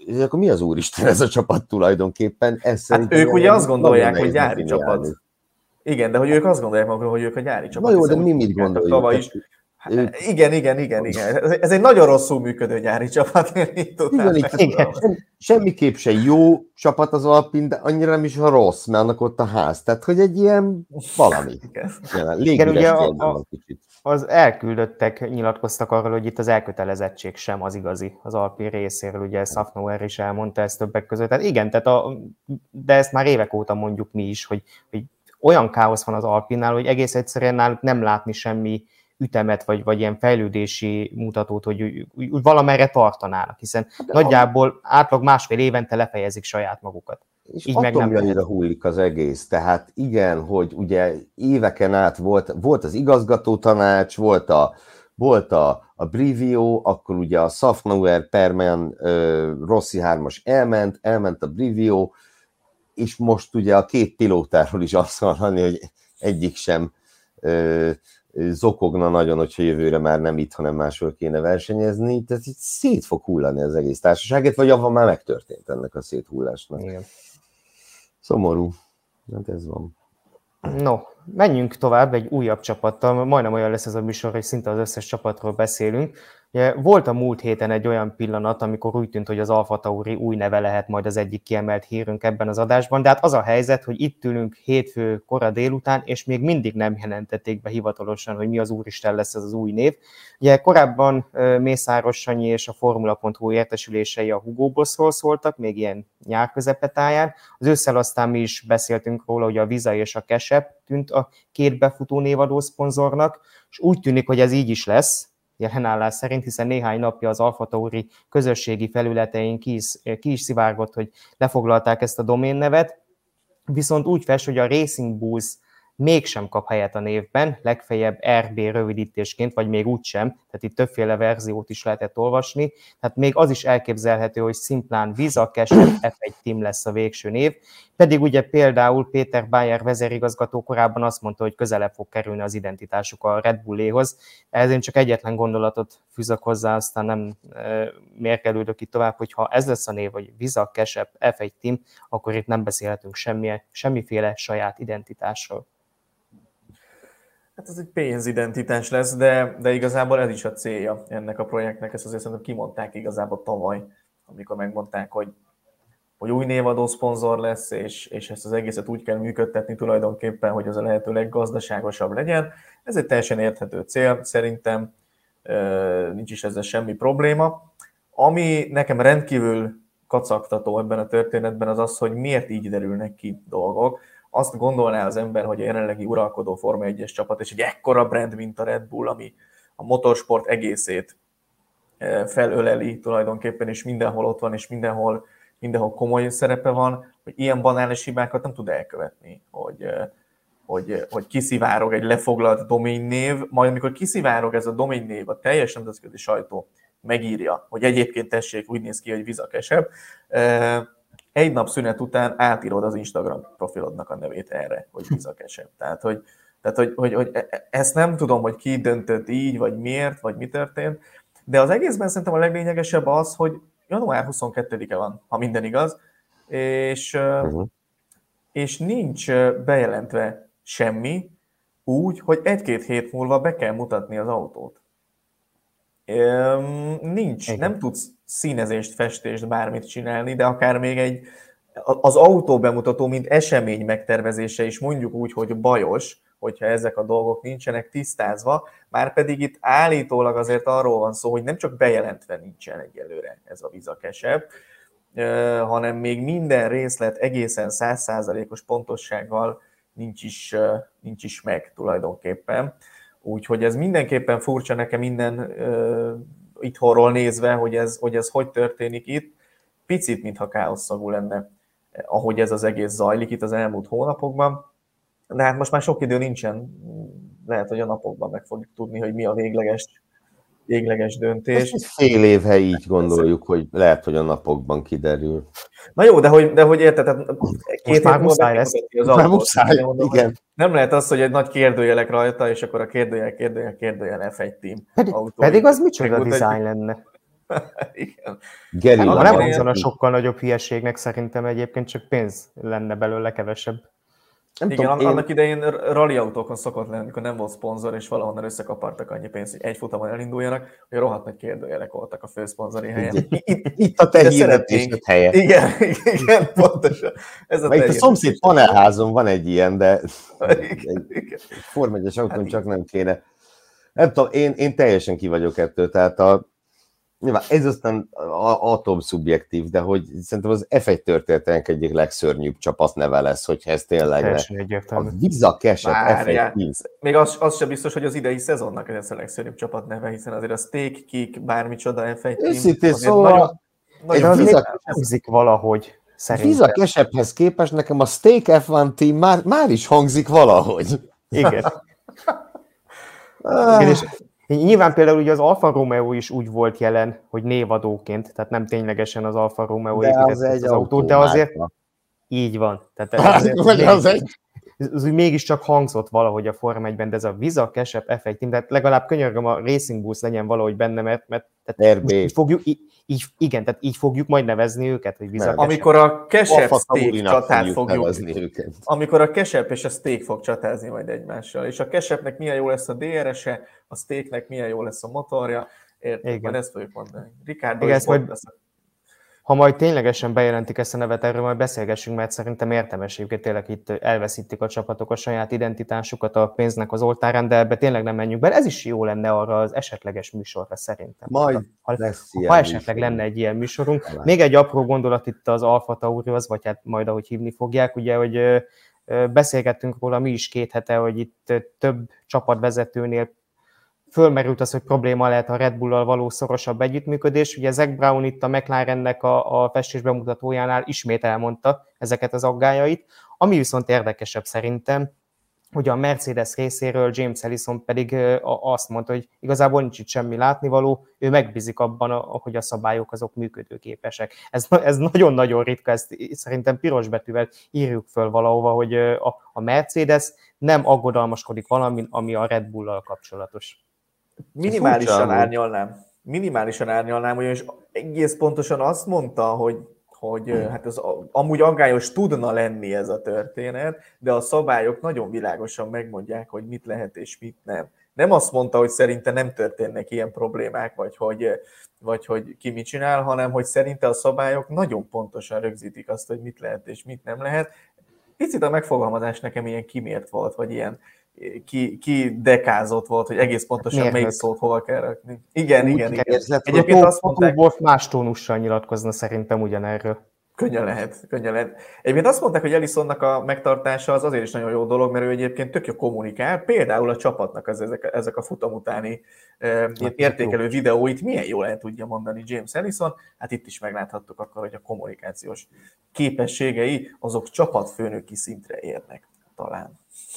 Speaker 3: akkor mi az úristen ez a csapat tulajdonképpen?
Speaker 1: Hát ők ugye azt gondolják, hogy gyári csapat. Igen, de hogy ők azt gondolják magukról, hogy ők a gyári csapat.
Speaker 3: Na jó, de mi mit gondoljuk?
Speaker 1: Igen. Ez egy nagyon rosszul működő gyári csapat.
Speaker 3: Igen. Semmiképp se jó csapat az Alpine, de annyira nem is rossz, mert annak ott a ház. Tehát, hogy egy ilyen valami.
Speaker 2: Igen, ugye az elküldöttek nyilatkoztak arról, hogy itt az elkötelezettség sem az igazi az Alpine részéről, ugye Szafnauer is elmondta ezt többek között. Tehát igen, de ezt már évek óta mondjuk mi is, hogy olyan káosz van az Alpinál, hogy egész egyszerűen náluk nem látni semmi ütemet, vagy ilyen fejlődési mutatót, hogy úgy valamerre tartanának, hiszen nagyjából átlag másfél évente lefejezik saját magukat.
Speaker 3: És így atomjaira hullik az egész. Tehát igen, hogy ugye éveken át volt az igazgatótanács, volt a Brivio, akkor ugye a Szafnauer, Perman, Rossi 3-as elment a Brivio, és most ugye a két pilótáról is azt hallani, hogy egyik sem zokogna nagyon, hogyha jövőre már nem itt, hanem máshol kéne versenyezni, tehát itt szét fog hullani az egész társaságét, vagy avval már megtörtént ennek a széthullásnak. Igen. Szomorú. Hát ez van.
Speaker 2: No, menjünk tovább egy újabb csapattal, majdnem olyan lesz ez a műsor, hogy szinte az összes csapatról beszélünk. Ugye, volt a múlt héten egy olyan pillanat, amikor úgy tűnt, hogy az Alfa Tauri új neve lehet majd az egyik kiemelt hírünk ebben az adásban, de hát az a helyzet, hogy itt ülünk hétfő kora délután, és még mindig nem jelentették be hivatalosan, hogy mi az úristen lesz ez az új név. Ugye korábban Mészáros Sanyi és a Formula.hu értesülései a Hugo Bossról szóltak, még ilyen nyár közepetáján. Az ősszel aztán mi is beszéltünk róla, hogy a Visa és a Kesep tűnt a két befutó névadó szponzornak, és úgy tűnik, hogy ez így is lesz, jelenállás szerint, hiszen néhány napja az Alfa Tauri közösségi felületein ki is szivárgott, hogy lefoglalták ezt a doménnevet, viszont úgy fest, hogy a Racing Bulls mégsem kap helyet a névben, legfeljebb RB rövidítésként, vagy még úgysem, tehát itt többféle verziót is lehetett olvasni, tehát még az is elképzelhető, hogy szimplán Visa, Kesep, F1 Team lesz a végső név, pedig ugye például Péter Bayer vezérigazgató korábban azt mondta, hogy közelebb fog kerülni az identitásuk a Red Bulléhoz. Ehhez én csak egyetlen gondolatot fűzök hozzá, aztán nem mérkelődök itt tovább, hogy ha ez lesz a név, hogy Visa, Kesep, F1 Team, akkor itt nem beszélhetünk semmiféle saját identitásról.
Speaker 1: Hát ez egy pénzidentitás lesz, de igazából ez is a célja ennek a projektnek, ezt azért szerintem kimondták igazából tavaly, amikor megmondták, hogy új névadó szponzor lesz, és ezt az egészet úgy kell működtetni tulajdonképpen, hogy az a lehető leggazdaságosabb legyen. Ez egy teljesen érthető cél, szerintem nincs is ezzel semmi probléma. Ami nekem rendkívül kacagtató ebben a történetben az az, hogy miért így derülnek ki dolgok. Azt gondolná az ember, hogy a jelenlegi uralkodó Forma 1-es csapat, és egy ekkora brand, mint a Red Bull, ami a motorsport egészét felöleli tulajdonképpen, és mindenhol ott van, és mindenhol komoly szerepe van, hogy ilyen banális hibákat nem tud elkövetni, hogy kiszivárog egy lefoglalt doménnév, majd amikor kiszivárog ez a doménnév, a teljes nemzetközi sajtó megírja, hogy egyébként tessék, úgy néz ki, hogy Visa Kesep, egy nap szünet után átírod az Instagram profilodnak a nevét erre, hogy Visa Kesep. Tehát, hogy ezt nem tudom, hogy ki döntött így, vagy miért, vagy mi történt, de az egészben szerintem a leglényegesebb az, hogy január 22-e van, ha minden igaz, és nincs bejelentve semmi úgy, hogy egy-két hét múlva be kell mutatni az autót. Nincs, nem tudsz színezést, festést, bármit csinálni, de akár még az autó bemutató, mint esemény megtervezése is mondjuk úgy, hogy bajos, hogyha ezek a dolgok nincsenek tisztázva, már pedig itt állítólag azért arról van szó, hogy nem csak bejelentve nincsen egyelőre ez a Visa Kesep, hanem még minden részlet egészen 100%-os pontossággal nincs is meg tulajdonképpen. Úgyhogy ez mindenképpen furcsa nekem minden itthonról nézve, hogy ez hogy történik itt. Picit, mintha káosszagú lenne, ahogy ez az egész zajlik itt az elmúlt hónapokban. De hát most már sok idő nincsen, lehet, hogy a napokban meg fogjuk tudni, hogy mi a végleges döntés.
Speaker 3: Ez fél év, ha így gondoljuk, hogy lehet, hogy a napokban kiderül.
Speaker 1: Na jó, de hogy érted, tehát két
Speaker 2: már muszáj lesz.
Speaker 3: Már muszáj, igen.
Speaker 1: Nem lehet az, hogy egy nagy kérdőjelek rajta, és akkor a kérdőjel F1 Team.
Speaker 2: Pedig az micsoda design lenne?
Speaker 1: Igen.
Speaker 3: Gerilla
Speaker 2: Nem
Speaker 3: marketing.
Speaker 2: hangzana sokkal nagyobb hülyeségnek szerintem egyébként, csak pénz lenne belőle kevesebb.
Speaker 3: Nem
Speaker 1: Igen,
Speaker 3: tudom,
Speaker 1: annak idején rally autókon szokott lenni, amikor nem volt szponzor, és valahonnan összekapartak annyi pénzt, hogy egy futamon elinduljanak, hogy rohadt nagy kérdőjelek voltak a főszponzori helyen.
Speaker 3: Itt a te
Speaker 1: de
Speaker 3: hirdetésed helye.
Speaker 1: Igen, pontosan. Ez
Speaker 3: Itt a szomszéd panelházon van egy ilyen, de
Speaker 1: Igen.
Speaker 3: Forma 1-es autón csak nem kéne. Nem tudom, én teljesen ki vagyok ettől, tehát nyilván ez aztán atom szubjektív, de hogy szerintem az F1 történetének egyik legszörnyűbb csapatneve lesz, hogyha ez tényleg a Vizakesep F1 Team.
Speaker 1: Még az sem biztos, hogy az idei szezonnak ez a legszörnyűbb csapatneve, hiszen azért a Steak, Kick, bármicsoda F1 Team.
Speaker 3: Őszintén szóval
Speaker 2: nagyon hangzik valahogy. Szerintem.
Speaker 3: Vizakesephez képest nekem a Steak F1 Team már is hangzik valahogy.
Speaker 2: Igen. És nyilván például ugye az Alfa Romeo is úgy volt jelen, hogy névadóként, tehát nem ténylegesen az Alfa Romeo épített az autót, de azért így van. Tehát az úgy mégiscsak hangzott valahogy a Forma 1-ben, de ez a Vizakesep F1 Team, tehát legalább könyörgöm a Racing Bulls legyen valahogy benne, mert így fogjuk, igen, tehát így fogjuk majd nevezni őket, hogy Vizakesep.
Speaker 1: Amikor a Kesep Steak csatát fogjuk őket. Amikor a Kesep és a Steak fog csatázni majd egymással, és a Kesepnek milyen jó lesz a DRS-e, a Steaknek milyen jó lesz a motorja, érted? Majd ezt fogjuk mondani. Ricardo is volt lesz.
Speaker 2: Ha majd ténylegesen bejelentik ezt a nevet, erről majd beszélgessünk, mert szerintem érdemes egyébként tényleg itt elveszítik a csapatok a saját identitásukat a pénznek az oltárán, de ebbe tényleg nem menjünk be. Ez is jó lenne arra az esetleges műsorra szerintem.
Speaker 3: Majd
Speaker 2: ha esetleg lenne egy ilyen műsorunk. Még egy apró gondolat itt az Alfa Taurihoz, vagy hát majd ahogy hívni fogják, ugye, hogy beszélgettünk róla mi is 2 hete, hogy itt több csapatvezetőnél fölmerült az, hogy probléma lehet a Red Bull-al való szorosabb együttműködés. Ugye Zac Brown itt a McLarennek a festés bemutatójánál ismét elmondta ezeket az aggályait. Ami viszont érdekesebb szerintem, hogy a Mercedes részéről James Ellison pedig azt mondta, hogy igazából nincs itt semmi látnivaló, ő megbízik abban, hogy a szabályok azok működőképesek. Ez nagyon-nagyon ritka, ezt szerintem piros betűvel írjuk föl valahova, hogy a Mercedes nem aggodalmaskodik valamin, ami a Red Bull-al kapcsolatos.
Speaker 1: Minimálisan árnyalnám, ugyanis egész pontosan azt mondta, hogy hát az amúgy aggályos tudna lenni ez a történet, de a szabályok nagyon világosan megmondják, hogy mit lehet és mit nem. Nem azt mondta, hogy szerinte nem történnek ilyen problémák, vagy hogy ki mit csinál, hanem hogy szerinte a szabályok nagyon pontosan rögzítik azt, hogy mit lehet és mit nem lehet. Picit a megfogalmazás nekem ilyen kimért volt, vagy ilyen ki dekázott volt, hogy egész pontosan melyik szót hova kell rakni. Igen.
Speaker 2: Egyébként azt mondták, hogy más tónussal nyilatkozna szerintem ugyanerről.
Speaker 1: Könnyen lehet. Egyébként azt mondták, hogy Ellisonnak a megtartása az azért is nagyon jó dolog, mert ő egyébként tök jó kommunikál, például a csapatnak ezek a futam utáni értékelő videóit milyen jól el tudja mondani James Ellison. Hát itt is megláthattuk akkor, hogy a kommunikációs képességei azok csapatfőnöki szintre érnek talán.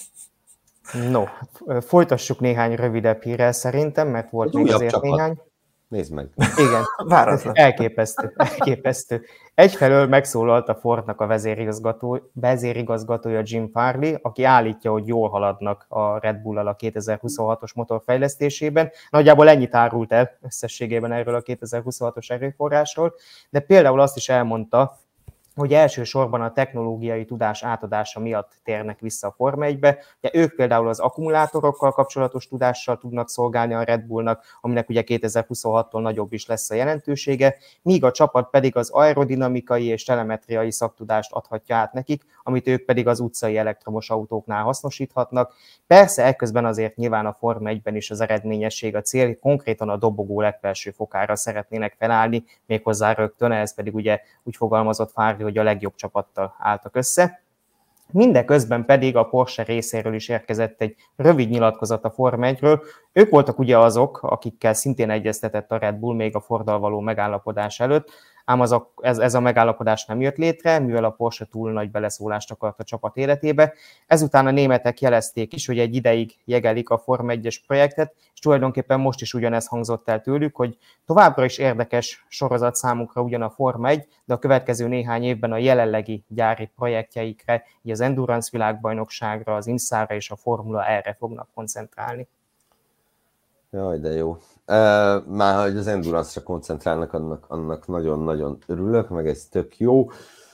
Speaker 2: No, folytassuk néhány rövidebb hírrel szerintem, mert volt még azért csapat. Néhány.
Speaker 3: Nézd meg.
Speaker 2: Igen,
Speaker 1: váratlan.
Speaker 2: Elképesztő. Egyfelől megszólalt a Fordnak a vezérigazgatója Jim Farley, aki állítja, hogy jól haladnak a Red Bull-al a 2026-os motor fejlesztésében. Nagyjából ennyit árult el összességében erről a 2026-os erőforrásról, de például azt is elmondta, hogy elsősorban a technológiai tudás átadása miatt térnek vissza a Forma 1-be. Ugye ők például az akkumulátorokkal kapcsolatos tudással tudnak szolgálni a Red Bullnak, aminek ugye 2026-tól nagyobb is lesz a jelentősége, míg a csapat pedig az aerodinamikai és telemetriai szaktudást adhatja át nekik, amit ők pedig az utcai elektromos autóknál hasznosíthatnak. Persze ekközben azért nyilván a Forma 1-ben is az eredményesség a cél, konkrétan a dobogó legfelső fokára szeretnének felállni, méghozzá rögtön, ez pedig ugye úgy fogalmazott Farley, hogy a legjobb csapattal álltak össze. Mindeközben pedig a Porsche részéről is érkezett egy rövid nyilatkozat a Forma 1-ről. Ők voltak ugye azok, akikkel szintén egyeztetett a Red Bull még a Forddal való megállapodás előtt, ám ez a megállapodás nem jött létre, mivel a Porsche túl nagy beleszólást akart a csapat életébe. Ezután a németek jelezték is, hogy egy ideig jegelik a Forma 1-es projektet, és tulajdonképpen most is ugyanez hangzott el tőlük, hogy továbbra is érdekes sorozat számukra ugyan a Forma 1, de a következő néhány évben a jelenlegi gyári projektjeikre, így az Endurance világbajnokságra, az IMSA-ra és a Formula E-re fognak koncentrálni.
Speaker 3: Jaj, de jó. Már hogy az endurance-ra koncentrálnak, annak nagyon-nagyon örülök, meg ez tök jó.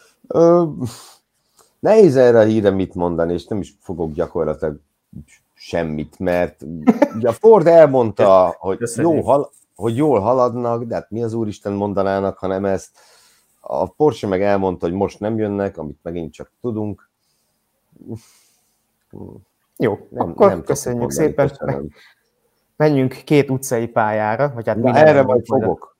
Speaker 3: Nehéz erre a híre mit mondani, és nem is fogok gyakorlatilag semmit, mert ugye a Ford elmondta, hogy jól haladnak, de hát mi az úristen mondanának, ha nem ezt. A Porsche meg elmondta, hogy most nem jönnek, amit megint csak tudunk.
Speaker 2: Jó, akkor köszönjük szépen. Menjünk 2 utcai pályára, vagy hát
Speaker 3: erre majd fogok.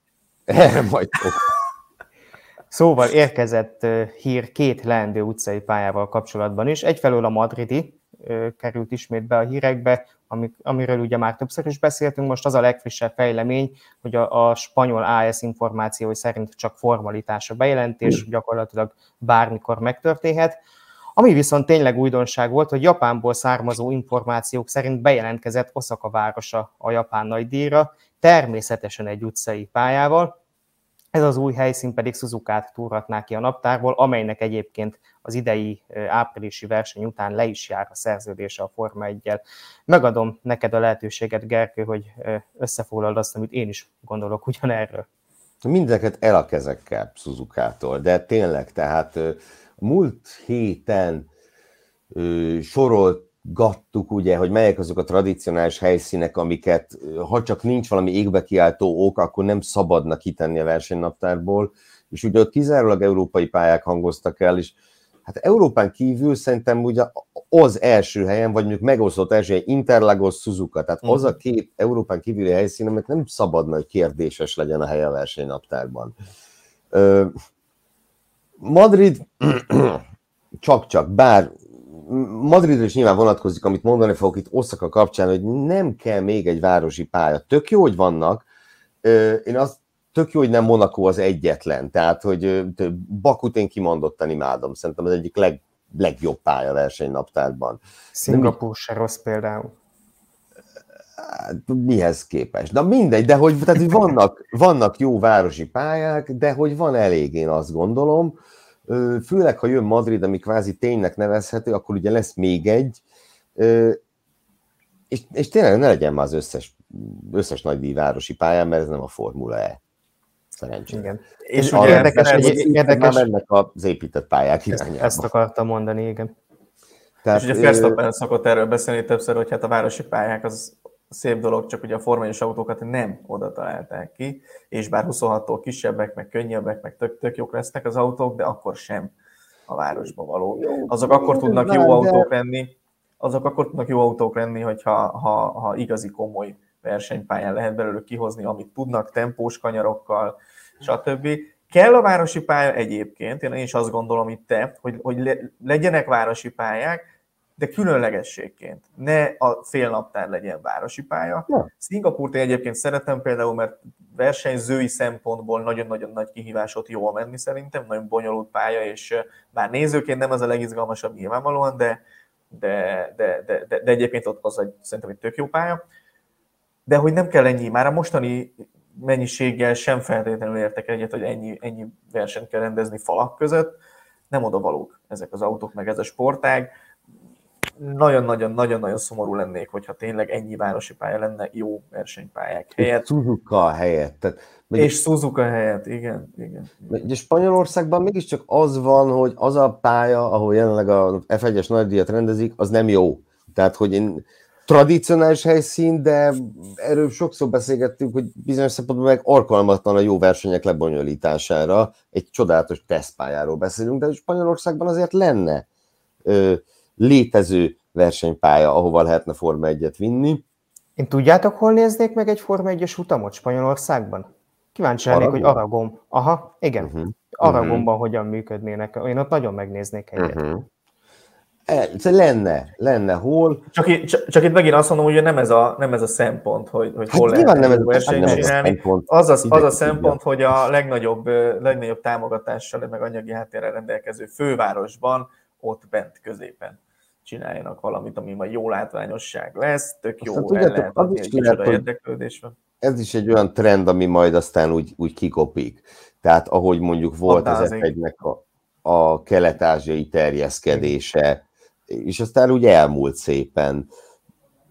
Speaker 2: Szóval érkezett hír 2 leendő utcai pályával kapcsolatban is. Egyfelől a madridi került ismét be a hírekbe, amiről ugye már többször is beszéltünk. Most az a legfrissebb fejlemény, hogy a spanyol AS információi szerint csak formalitás a bejelentés, gyakorlatilag bármikor megtörténhet. Ami viszont tényleg újdonság volt, hogy Japánból származó információk szerint bejelentkezett Oszaka városa a japán nagydíjra, természetesen egy utcai pályával. Ez az új helyszín pedig Suzukát túrhatná ki a naptárból, amelynek egyébként az idei áprilisi verseny után le is jár a szerződése a Forma 1-jel. Megadom neked a lehetőséget, Gergő, hogy összefoglald azt, amit én is gondolok ugyanerről.
Speaker 3: Mindeket el a kezekkel Suzukától, de tényleg, tehát múlt héten sorolgattuk, ugye, hogy melyek azok a tradicionális helyszínek, amiket, ha csak nincs valami égbe kiáltó ok, akkor nem szabadna kitenni a versenynaptárból, és ugye ott kizárólag európai pályák hangoztak el, és hát Európán kívül szerintem ugye az első helyen, vagy mondjuk megosztott első helyen Interlagos, Suzuka, tehát az a 2 Európán kívüli helyszín, amit nem szabadna, hogy kérdéses legyen a helye a versenynaptárban. Madrid csak, bár Madridra is nyilván vonatkozik, amit mondani fogok itt Oszaka kapcsán, hogy nem kell még egy városi pálya. Tök jó, hogy vannak, én azt tök jó, hogy nem Monaco az egyetlen, tehát, hogy Bakut én kimondottan imádom, szerintem az egyik legjobb pálya versenynaptárban.
Speaker 2: Szingapúr se rossz például.
Speaker 3: Mihez képest? De mindegy, de hogy tehát vannak jó városi pályák, de hogy van elég, én azt gondolom. Főleg, ha jön Madrid, ami kvázi ténynek nevezhető, akkor ugye lesz még egy, és tényleg ne legyen már az összes nagydíj városi pályán, mert ez nem a Formula E. Szerencsére.
Speaker 2: Igen. És ugye érdekes
Speaker 3: mennek az épített pályák irányába.
Speaker 2: Ezt akartam mondani, igen.
Speaker 1: Tehát, és ugye Verstappen szokott erről beszélni többször, hogy hát a városi pályák az szép dolog, csak ugye a Forma 1-es autókat nem oda találták ki, és bár 26-tól kisebbek, meg könnyebbek, meg tök jók lesznek az autók, de akkor sem a városba való. Azok akkor tudnak jó autók lenni, hogyha igazi komoly versenypályán lehet belőlük kihozni, amit tudnak, tempós kanyarokkal, stb. Kell a városi pálya egyébként, én is azt gondolom itt te, hogy legyenek városi pályák, de különlegességként. Ne a félnaptár legyen városi pálya. Ja. Szingapúrt én egyébként szeretem például, mert versenyzői szempontból nagyon-nagyon nagy kihívás ott jól menni szerintem, nagyon bonyolult pálya, és bár nézőként nem az a legizgalmasabb nyilvánvalóan, de egyébként ott az szerintem egy tök jó pálya. De hogy nem kell ennyi, már a mostani mennyiséggel sem feltétlenül értek egyet, hogy ennyi versenyt kell rendezni falak között. Nem odavalók ezek az autók, meg ez a sportág. Nagyon-nagyon szomorú lennék, hogyha tényleg ennyi városi pálya lenne jó versenypályák helyett.
Speaker 3: Suzuka helyett.
Speaker 1: És Suzuka helyett, igen.
Speaker 3: Ugye Spanyolországban mégiscsak az van, hogy az a pálya, ahol jelenleg a F1-es nagydíjat rendezik, az nem jó. Tehát, hogy én tradicionális helyszín, de erről sokszor beszélgettünk, hogy bizonyos szempontból meg alkalmatlan a jó versenyek lebonyolítására. Egy csodálatos tesztpályáról beszélünk, de Spanyolországban azért lenne létező versenypálya, ahova lehetne Forma 1-et vinni.
Speaker 2: Én tudjátok, hol néznék meg egy Forma 1-es utamot Spanyolországban? Kíváncsi lennék, hogy Aragon. Aha, igen. Aragonban hogyan működnének. Én ott nagyon megnéznék egyet.
Speaker 3: Lenne hol.
Speaker 1: Csak itt megint azt mondom, hogy nem ez a szempont, hogy hol lehet versenyt csinálni. Az a szempont, hogy a legnagyobb támogatással, meg anyagi háttérrel rendelkező fővárosban, ott bent középen csináljanak valamit, ami majd jó látványosság lesz, tök jó, el lehet adni, egy kicsoda érdeklődés van.
Speaker 3: Ez is egy olyan trend, ami majd aztán úgy kikopik. Tehát ahogy mondjuk volt az F1-nek a kelet-ázsiai terjeszkedése, és aztán úgy elmúlt szépen.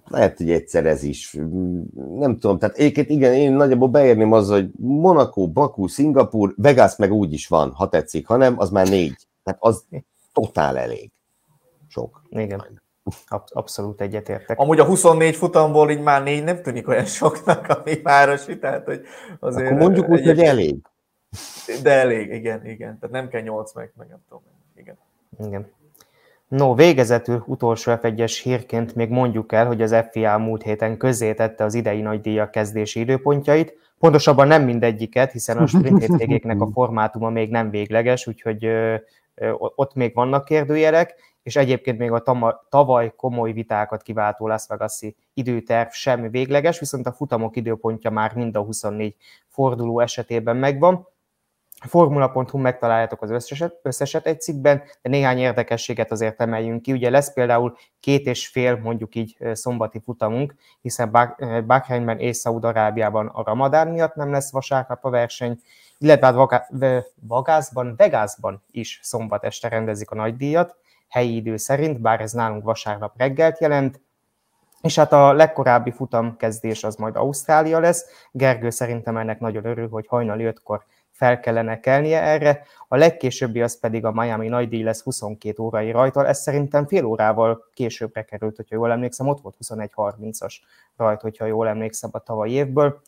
Speaker 3: Lehet, hogy egyszer ez is. Nem tudom, tehát igen, én nagyjából beérném azzal, hogy Monaco, Baku, Szingapúr, Vegas meg úgy is van, ha tetszik, hanem az már 4. Tehát az totál elég. Sok.
Speaker 2: Igen. Abszolút egyetértek.
Speaker 1: Amúgy a 24 futamból így már 4 nem tűnik olyan soknak, ami városi, tehát hogy azért...
Speaker 3: Akkor mondjuk úgy, hogy elég.
Speaker 1: De elég, igen. Tehát nem kell 8 meg nem tudom.
Speaker 2: Igen. No, végezetül utolsó F1-es hírként még mondjuk el, hogy az FIA múlt héten közzétette az idei nagydíjak kezdési időpontjait. Pontosabban nem mindegyiket, hiszen a sprint hétvégéknek a formátuma még nem végleges, úgyhogy ott még vannak kérdőjelek, és egyébként még a tavaly komoly vitákat kiváltó Las Vegas-i időterv sem végleges, viszont a futamok időpontja már mind a 24 forduló esetében megvan. A Formula.hu megtaláljátok az összeset egy cikkben, de néhány érdekességet azért emeljünk ki. Ugye lesz például 2,5 mondjuk így szombati futamunk, hiszen Bahreinben és Szaúd-Arábiában a Ramadán miatt nem lesz vasárnap a verseny, illetve Vegasban is szombat este rendezik a nagydíjat, helyi idő szerint, bár ez nálunk vasárnap reggelt jelent, és hát a legkorábbi futamkezdés az majd Ausztrália lesz. Gergő szerintem ennek nagyon örül, hogy hajnali 5-kor fel kellene kelnie erre. A legkésőbbi az pedig a Miami nagydíj lesz 22 órai rajttal. Ez szerintem fél órával későbbre került, hogyha jól emlékszem, ott volt 21:30-as rajt, hogyha jól emlékszem a tavalyi évből.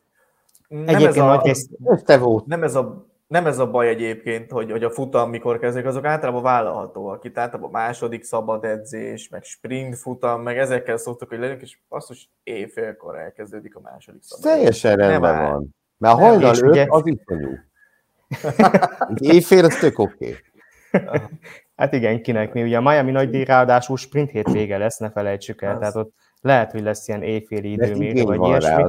Speaker 1: Nem ez a baj egyébként, hogy a futam mikor kezdődik, azok általában vállalhatóak. Itt általában második szabad edzés, meg sprint futam, meg ezekkel szoktuk, hogy legyünk, és basszus éjfélkor elkezdődik a második szabad edzés.
Speaker 3: Teljesen rendben van. Mert a hajnal 5 az iszonyú. Éjfél az tök oké.
Speaker 2: Hát igen, kinek mi. Ugye a Miami nagydíj ráadásul sprint hétvége lesz, ne felejtsük el. Tehát ott lehet, hogy lesz ilyen éjféli időmérő, vagy ilyesmi.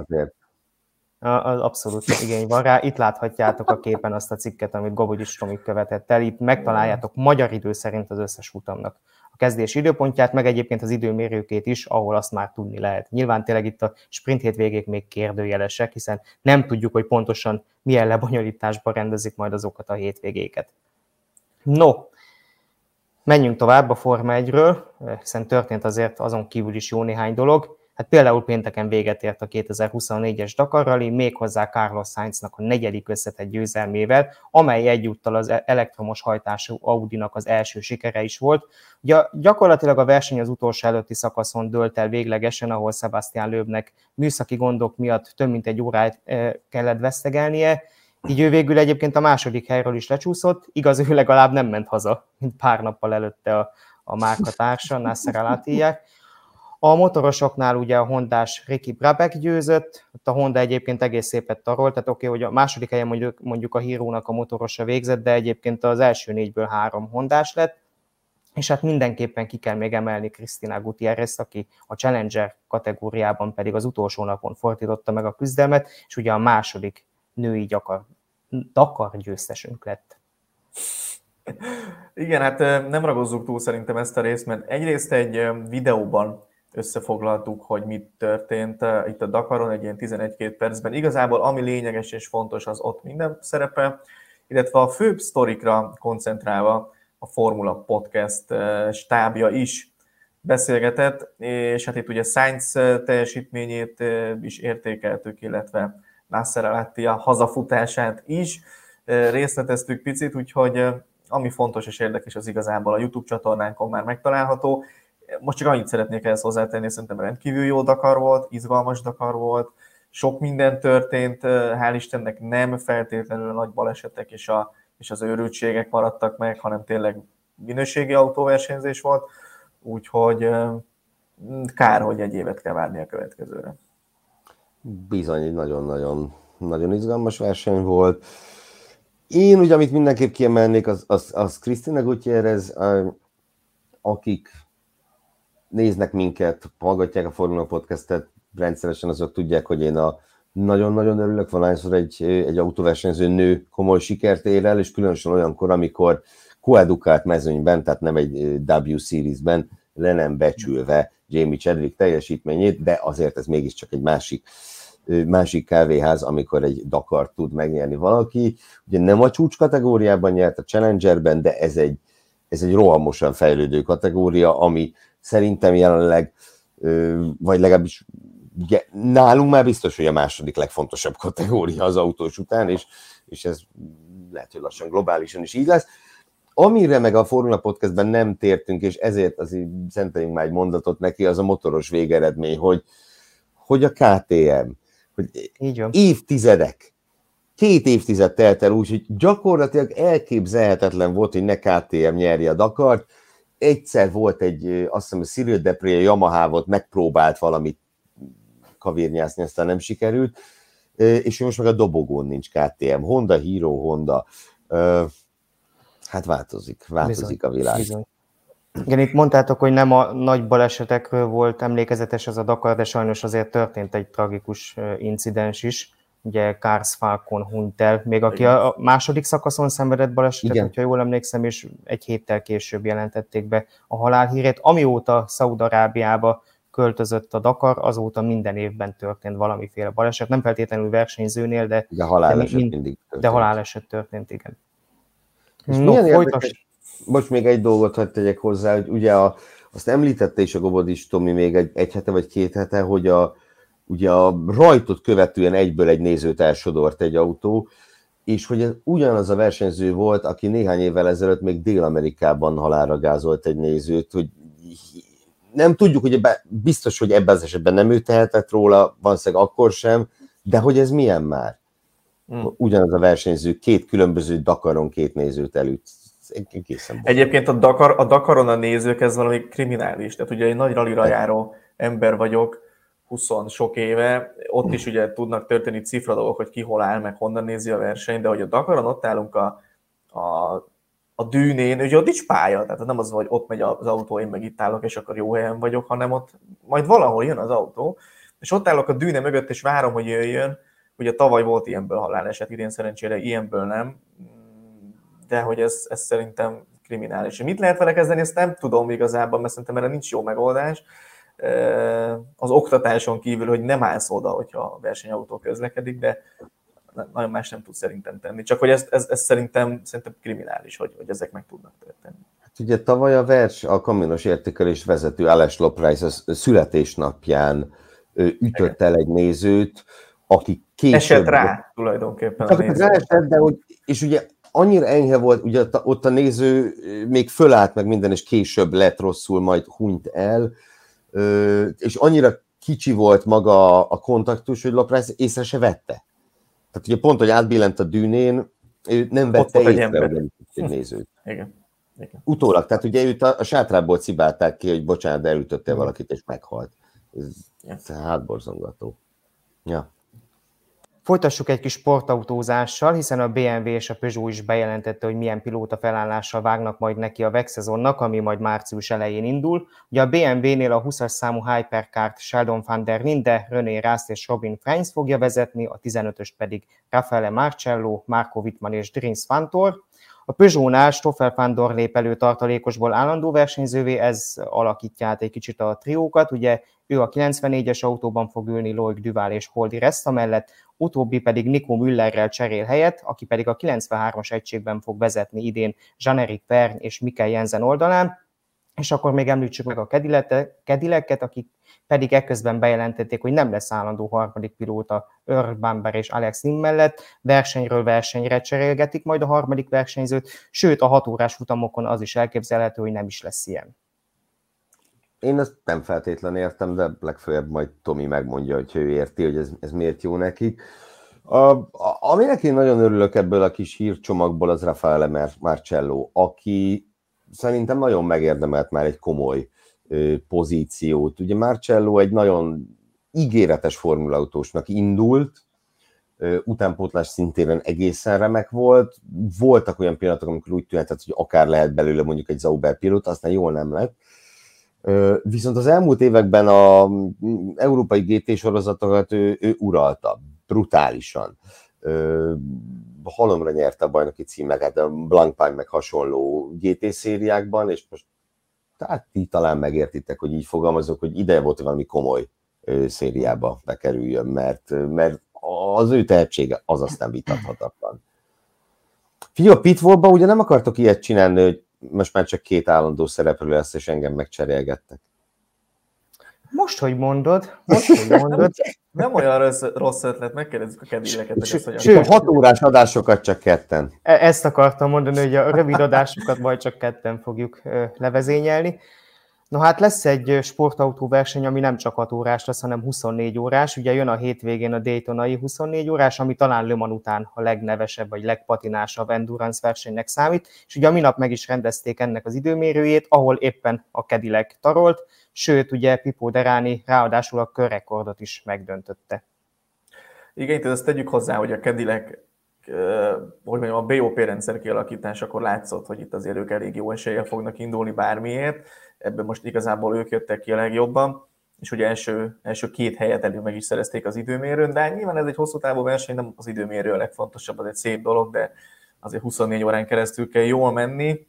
Speaker 2: Abszolút igény van rá. Itt láthatjátok a képen azt a cikket, amit Gobogyics Tomi követett el. Itt megtaláljátok magyar idő szerint az összes futamnak a kezdési időpontját, meg egyébként az időmérőkét is, ahol azt már tudni lehet. Nyilván tényleg itt a sprint hétvégék még kérdőjelesek, hiszen nem tudjuk, hogy pontosan milyen lebonyolításban rendezik majd azokat a hétvégéket. No, menjünk tovább a Forma 1-ről, hiszen történt azért azon kívül is jó néhány dolog. Hát például pénteken véget ért a 2024-es Dakar Rally, méghozzá Carlos Sainznak a 4. összetett győzelmével, amely egyúttal az elektromos hajtású Audinak az első sikere is volt. Ugye gyakorlatilag a verseny az utolsó előtti szakaszon dőlt el véglegesen, ahol Sebastian Loebnek műszaki gondok miatt több mint egy órát kellett vesztegelnie, így ő végül egyébként a második helyről is lecsúszott, igaz, ő legalább nem ment haza, mint pár nappal előtte a márkatársa, Nasser Al-Attiyah. A motorosoknál ugye a hondás Ricky Brabeck győzött, ott a Honda egyébként egész szépet tarolt, tehát oké, hogy a második helyen mondjuk a Hero-nak a motorosa végzett, de egyébként az első 4-ből 3 hondás lett, és hát mindenképpen ki kell még emelni Cristina Gutierrezt, aki a Challenger kategóriában pedig az utolsó napon fordította meg a küzdelmet, és ugye a második női Dakar győztesünk lett.
Speaker 1: Igen, hát nem ragozzuk túl szerintem ezt a részt, mert egyrészt egy videóban összefoglaltuk, hogy mit történt itt a Dakaron, egy ilyen 11-2 percben. Igazából ami lényeges és fontos, az ott minden szerepel, illetve a főbb sztorikra koncentrálva a Formula Podcast stábja is beszélgetett, és hát itt ugye Sainz teljesítményét is értékeltük, illetve Nasser Al-Attiyah hazafutását is részleteztük picit, úgyhogy ami fontos és érdekes, az igazából a YouTube csatornánkon már megtalálható. Most csak annyit szeretnék ehhez hozzátenni, szerintem rendkívül jó Dakar volt, izgalmas Dakar volt, sok minden történt, hál' Istennek nem feltétlenül a nagy balesetek és az őrültségek maradtak meg, hanem tényleg minőségi autóversenyzés volt, úgyhogy kár, hogy egy évet kell várni a következőre.
Speaker 3: Bizony, egy nagyon izgalmas verseny volt. Én ugye, amit mindenképp kiemelnék, az Cristina Gutierrez, akik néznek minket, hallgatják a Formula Podcastet, rendszeresen azok tudják, hogy én nagyon-nagyon örülök, valahányszor egy autóversenyző nő komoly sikert ér el, és különösen olyankor, amikor koedukált mezőnyben, tehát nem egy W Series-ben le nem becsülve Jamie Chadwick teljesítményét, de azért ez mégiscsak egy másik kávéház, amikor egy Dakart tud megnyerni valaki. Ugye nem a csúcs kategóriában nyert a Challengerben, de ez egy rohamosan fejlődő kategória, ami szerintem jelenleg vagy legalábbis nálunk már biztos, hogy a második legfontosabb kategória az autós után, és ez lehet, hogy lassan globálisan is így lesz. Amire meg a Formula Podcastben nem tértünk, és ezért azért szenteljünk már egy mondatot neki, az a motoros végeredmény, hogy a KTM, hogy évtizedek, 2 évtized telt el úgy, hogy gyakorlatilag elképzelhetetlen volt, hogy ne KTM nyerje a Dakart. Egyszer volt azt hiszem, Cyril Depré a Yamaha-ot megpróbált valamit kavérnyászni, aztán nem sikerült, és most meg a dobogón nincs KTM. Honda, Hero, Honda. Hát változik a világ. Bizony.
Speaker 2: Igen, itt mondtátok, hogy nem a nagy balesetekről volt emlékezetes az a Dakar, de sajnos azért történt egy tragikus incidens is. Ugye Kars Falcon hunyt el, még aki a második szakaszon szenvedett balesetet, hogyha jól emlékszem, és egy héttel később jelentették be a halálhírét. Amióta Szaúd-Arábiába költözött a Dakar, azóta minden évben történt valamiféle baleset, nem feltétlenül versenyzőnél, de haláleset történt, igen.
Speaker 3: És milyen érdekes, most még egy dolgot hadd tegyek hozzá, hogy ugye azt említette is a Gobod is, Tomi, még egy hete vagy 2 hete, hogy ugye a rajtot követően egyből egy nézőt elsodort egy autó, és hogy ez ugyanaz a versenyző volt, aki néhány évvel ezelőtt még Dél-Amerikában halálra gázolt egy nézőt, hogy nem tudjuk, hogy biztos, hogy ebben az esetben nem ő tehetett róla, valószínűleg akkor sem, de hogy ez milyen már? Ugyanaz a versenyző 2 különböző Dakaron 2 nézőt elüt.
Speaker 1: Egyébként a Dakaron a nézők, ez valami kriminális. Tehát ugye egy nagy rallira járó ember vagyok, 20 sok éve, ott is ugye tudnak történni cifra dolgok, hogy ki hol áll, meg honnan nézi a versenyt, de hogy a Dakaron ott állunk a dűnén, ugye ott nincs pálya, tehát nem az, hogy ott megy az autó, én meg itt állok, és akkor jó helyen vagyok, hanem ott majd valahol jön az autó, és ott állok a dűne mögött, és várom, hogy jöjjön. Ugye tavaly volt ilyenből haláleset, idén szerencsére ilyenből nem, de hogy ez szerintem kriminális. Mit lehet vele kezdeni, ezt nem tudom igazából, mert szerintem erre nincs jó megoldás. Az oktatáson kívül, hogy nem állsz oda, hogyha a versenyautó közlekedik, de nagyon más nem tud szerintem tenni. Csak hogy ez szerintem kriminális, hogy ezek meg tudnak történni.
Speaker 3: Hát ugye tavaly a kamionos értékelés vezető Alex Loprais a születésnapján ütött el egy nézőt, aki később...
Speaker 1: Esett rá tulajdonképpen
Speaker 3: a néző. És ugye annyira enyhe volt, ugye ott a néző még fölállt meg minden, és később lett rosszul, majd hunyt el, és annyira kicsi volt maga a kontaktus, hogy Loprais észre se vette. Tehát ugye pont, hogy átbillent a dűnén, ő nem vette észre, hogy egy nézőt.
Speaker 1: Igen.
Speaker 3: Utólag, tehát ugye őt a sátrából cibálták ki, hogy bocsánat, de elütöttél valakit, és meghalt. Ez hátborzongató. Ja.
Speaker 2: Folytassuk egy kis sportautózással, hiszen a BMW és a Peugeot is bejelentette, hogy milyen pilóta felállással vágnak majd neki a WEC szezonnak, ami majd március elején indul. Ugye a BMW-nél a 20-as számú Hypercar-t Sheldon van der Linde, René Rast és Robin Frijns fogja vezetni, a 15-öst pedig Raffaele Marcello, Marco Wittmann és Dries Vanthoor. A Peugeot-nál Stoffel van Dorn lép elő tartalékosból állandó versenyzővé, ez alakítja át egy kicsit a triókat, ugye ő a 94-es autóban fog ülni Loic Duval és Holdy Resta mellett, utóbbi pedig Nico Müllerrel cserél helyet, aki pedig a 93-as egységben fog vezetni idén Jean-Éric Vergne és Mikkel Jensen oldalán, és akkor még említsük meg a Cadillacet, akik pedig ekközben bejelentették, hogy nem lesz állandó harmadik pilóta Earl Bamber és Alex Nim mellett, versenyről versenyre cserélgetik majd a harmadik versenyzőt, sőt a 6 órás futamokon az is elképzelhető, hogy nem is lesz ilyen.
Speaker 3: Én ezt nem feltétlenül értem, de legfeljebb majd Tomi megmondja, hogy ő érti, hogy ez miért jó nekik. Aminek én nagyon örülök ebből a kis hírcsomagból, az Raffaele Marcello, aki szerintem nagyon megérdemelt már egy komoly pozíciót. Ugye Marcello egy nagyon ígéretes formulautósnak indult, utánpótlás szintéren egészen remek volt. Voltak olyan pillanatok, amikor úgy tűnt, hogy akár lehet belőle mondjuk egy Sauber pilóta, aztán jól nem lett. Viszont az elmúlt években az európai GT sorozatokat ő uralta, brutálisan. Halomra nyerte a bajnoki címeket, a Blancpain meg hasonló GT szériákban, és most tehát ti talán megértitek, hogy így fogalmazok, hogy ideje volt, hogy valami komoly szériába bekerüljön, mert az ő tehetsége az aztán vitathatatlan. Figyelj, a Pitwallban ugye nem akartok ilyet csinálni, hogy most már csak 2 állandó szereplő lesz, és engem megcserélgettek.
Speaker 2: Most, hogy mondod.
Speaker 1: Nem olyan rossz ötlet, megkérdezzük a Cadillacet, hogy
Speaker 3: Sőt, 6 órás adásokat csak ketten.
Speaker 2: Ezt akartam mondani, hogy a rövid adásokat majd csak ketten fogjuk levezényelni. No hát lesz egy sportautóverseny, ami nem csak 6 órás lesz, hanem 24 órás. Ugye jön a hétvégén a Daytonai 24 órás, ami talán Le Mans után a legnevesebb vagy legpatinásabb endurance versenynek számít, és ugye a minap meg is rendezték ennek az időmérőjét, ahol éppen a Cadillac tarolt, sőt ugye Pipo Derani ráadásul a körrekordot is megdöntötte.
Speaker 1: Igen, itt ezt tegyük hozzá, hogy a Cadillac, hogy mondjam, a BOP rendszer kialakításakor látszott, hogy itt azért ők elég jó eséllyel fognak indulni bármiért. Ebben most igazából ők jöttek ki a legjobban, és ugye első 2 helyet elő meg is szerezték az időmérőn, de nyilván ez egy hosszú távú verseny, nem az időmérő a legfontosabb, az egy szép dolog, de azért 24 órán keresztül kell jól menni.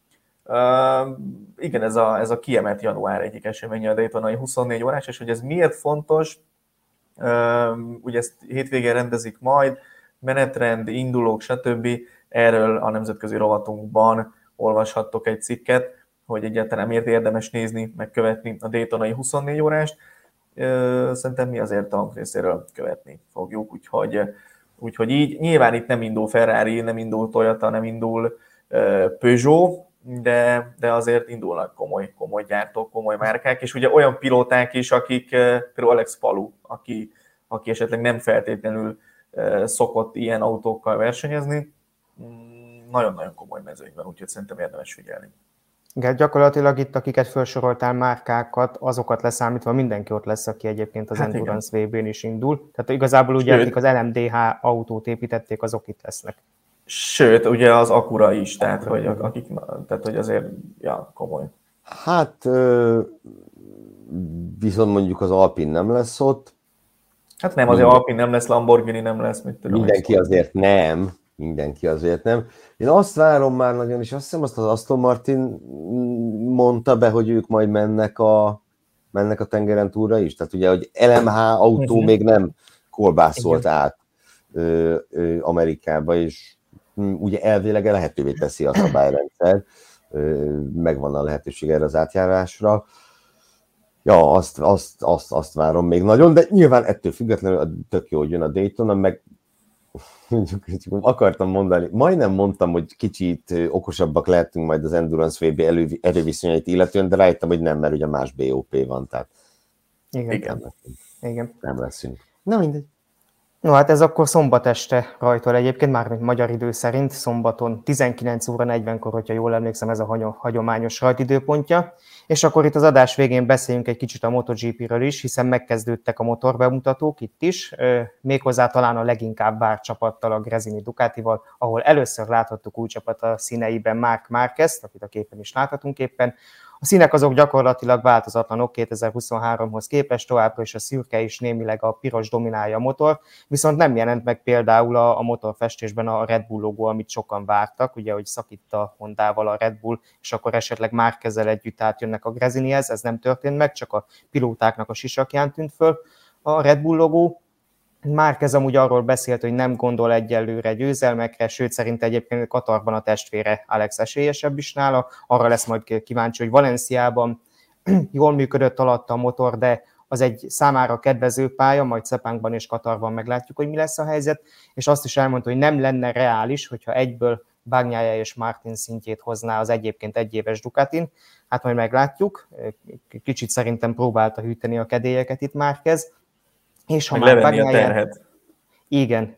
Speaker 1: Igen, ez a kiemelt január egyik eseménye a Daytonai 24 órás, és hogy ez miért fontos, ugye ezt hétvégén rendezik majd, menetrend, indulók, stb. Erről a nemzetközi rovatunkban olvashattok egy cikket, hogy egyáltalán miért érdemes nézni, megkövetni a Daytonai 24 órást. Szerintem mi azért tank részéről követni fogjuk, úgyhogy így. Nyilván itt nem indul Ferrari, nem indul Toyota, nem indul Peugeot, de azért indulnak komoly gyártók, komoly márkák, és ugye olyan pilóták is, akik, például Alex Palou, aki esetleg nem feltétlenül szokott ilyen autókkal versenyezni, nagyon-nagyon komoly mezőnyben, úgyhogy szerintem érdemes figyelni.
Speaker 2: Igen, gyakorlatilag itt, akiket felsoroltál márkákat, azokat leszámítva mindenki ott lesz, aki egyébként az Endurance VB-n is indul. Tehát igazából ugye, akik az LMDH autót építették, azok itt lesznek.
Speaker 1: Sőt, ugye az Acura is, tehát hogy azért komoly.
Speaker 3: Hát viszont mondjuk az Alpine nem lesz ott.
Speaker 1: Hát nem, azért Alpine nem lesz, Lamborghini nem lesz, mit tudom.
Speaker 3: Mindenki azért nem. Én azt várom már nagyon, és azt hiszem azt az Aston Martin mondta be, hogy ők majd mennek a tengeren túlra is. Tehát ugye, hogy LMH autó még nem kolbászolt át Amerikába, és ugye elvileg lehetővé teszi a szabályrendszer, megvan a lehetőség erre az átjárásra. Ja, azt várom még nagyon, de nyilván ettől függetlenül tök jó, hogy jön a Daytona, meg akartam mondani, majdnem mondtam, hogy kicsit okosabbak lehetünk majd az Endurance VB erőviszonyait illetően, de rájöttem, hogy nem, mert ugye más BOP van, tehát
Speaker 2: Igen.
Speaker 3: Nem leszünk. Na mindegy.
Speaker 2: No hát ez akkor szombat este rajtol egyébként, mármint magyar idő szerint, szombaton 19 óra 40-kor, hogyha jól emlékszem, ez a hagyományos rajtidőpontja. És akkor itt az adás végén beszéljünk egy kicsit a MotoGP-ről is, hiszen megkezdődtek a motorbemutatók itt is, méghozzá talán a leginkább várt csapattal, a Gresini Ducatival, ahol először láthattuk új csapat a színeiben Marc Márquezt, akit a képen is láthatunk éppen. A színek azok gyakorlatilag változatlanok 2023-hoz képest, továbbra is a szürke és némileg a piros dominálja a motor, viszont nem jelent meg például a motorfestésben a Red Bull logó, amit sokan vártak, ugye, hogy szakít a Hondával a Red Bull, és akkor esetleg Márquezzel együtt átjönnek a Gresinihez, ez nem történt meg, csak a pilótáknak a sisakján tűnt föl a Red Bull logó. Márquez amúgy arról beszélt, hogy nem gondol egyelőre győzelmekre, sőt szerint egyébként Katarban a testvére Alex esélyesebb is nála. Arra lesz majd kíváncsi, hogy Valenciában jól működött alatta a motor, de az egy számára kedvező pálya, majd Sepangban és Katarban meglátjuk, hogy mi lesz a helyzet, és azt is elmondta, hogy nem lenne reális, hogyha egyből Bagnaia és Martin szintjét hozná az egyébként egyéves Ducatin. Hát majd meglátjuk, kicsit szerintem próbálta hűteni a kedélyeket itt Márquez. És ha már
Speaker 1: levenni a terhet.
Speaker 2: Igen.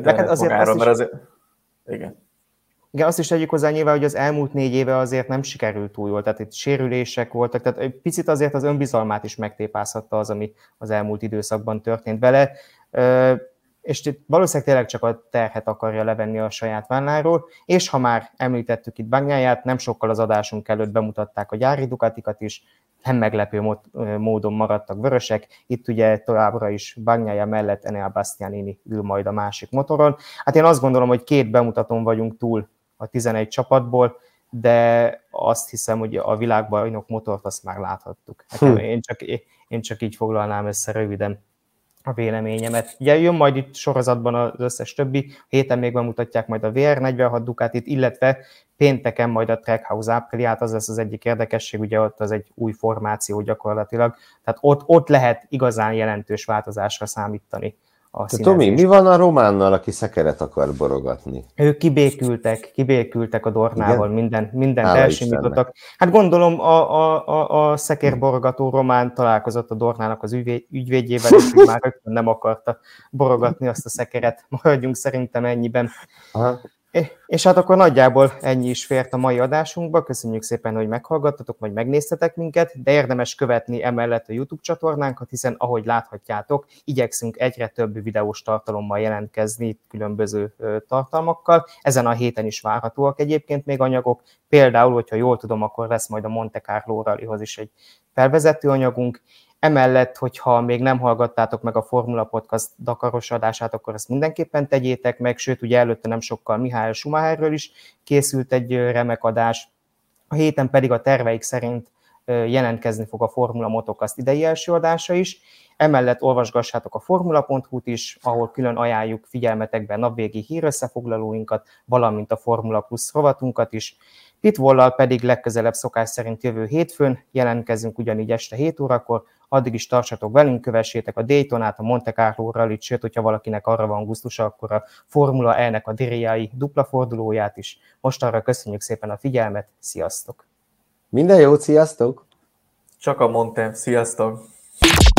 Speaker 2: Igen, azt is tegyük hozzá nyilván, hogy az elmúlt 4 éve azért nem sikerült túl jól, tehát itt sérülések voltak, tehát egy picit azért az önbizalmát is megtépázhatta az, ami az elmúlt időszakban történt vele, és itt valószínűleg tényleg csak a terhet akarja levenni a saját válláról, és ha már említettük itt Bagnaia-t, nem sokkal az adásunk előtt bemutatták a gyári Ducatikat is, nem meglepő módon maradtak vörösek. Itt ugye továbbra is Bagnaia mellett Enea Bastianini ül majd a másik motoron. Hát én azt gondolom, hogy 2 bemutatón vagyunk túl a 11 csapatból, de azt hiszem, hogy a világbajnok motort azt már láthattuk. Hát én csak így foglalnám össze röviden. a véleményemet. Ugye jön majd itt sorozatban az összes többi, héten még bemutatják majd a VR46 Ducatit, illetve pénteken majd a Trackhouse Apriliát, az lesz az egyik érdekesség, ugye ott az egy új formáció gyakorlatilag, tehát ott lehet igazán jelentős változásra számítani.
Speaker 3: Tomi, mi van a románnal, aki szekeret akar borogatni?
Speaker 2: Ők kibékültek a Dornával, mindent elsimítottak. Hát gondolom a szekérborogató román találkozott a Dornának az ügyvédjével, és már rögtön nem akarta borogatni azt a szekeret. Maradjunk szerintem ennyiben. Aha. És hát akkor nagyjából ennyi is fért a mai adásunkba. Köszönjük szépen, hogy meghallgattatok, vagy megnéztetek minket, de érdemes követni emellett a YouTube csatornánkat, hiszen ahogy láthatjátok, igyekszünk egyre több videós tartalommal jelentkezni különböző tartalmakkal. Ezen a héten is várhatóak egyébként még anyagok. Például, hogyha jól tudom, akkor lesz majd a Monte Carlo Rallyhoz is egy felvezető anyagunk. Emellett, hogyha még nem hallgattátok meg a Formula Podcast Dakaros adását, akkor ezt mindenképpen tegyétek meg, sőt, ugye előtte nem sokkal Michael Schumacherről is készült egy remek adás. A héten pedig a terveik szerint jelentkezni fog a Formula Motocast idei első adása is. Emellett olvasgassátok a formula.hu-t is, ahol külön ajánljuk figyelmetekben napvégi hírösszefoglalóinkat, valamint a Formula Plus rovatunkat is. Pitwall-lal pedig legközelebb szokás szerint jövő hétfőn jelentkezünk ugyanígy este 7 órakor, addig is tartsatok velünk, kövessétek a Daytonát, a Monte Carlo Rallyt, sőt, hogyha valakinek arra van gusztusa, akkor a Formula E-nek a Diriai dupla fordulóját is. Most arra köszönjük szépen a figyelmet, sziasztok!
Speaker 3: Minden jót, sziasztok!
Speaker 1: Csak a Monte, sziasztok!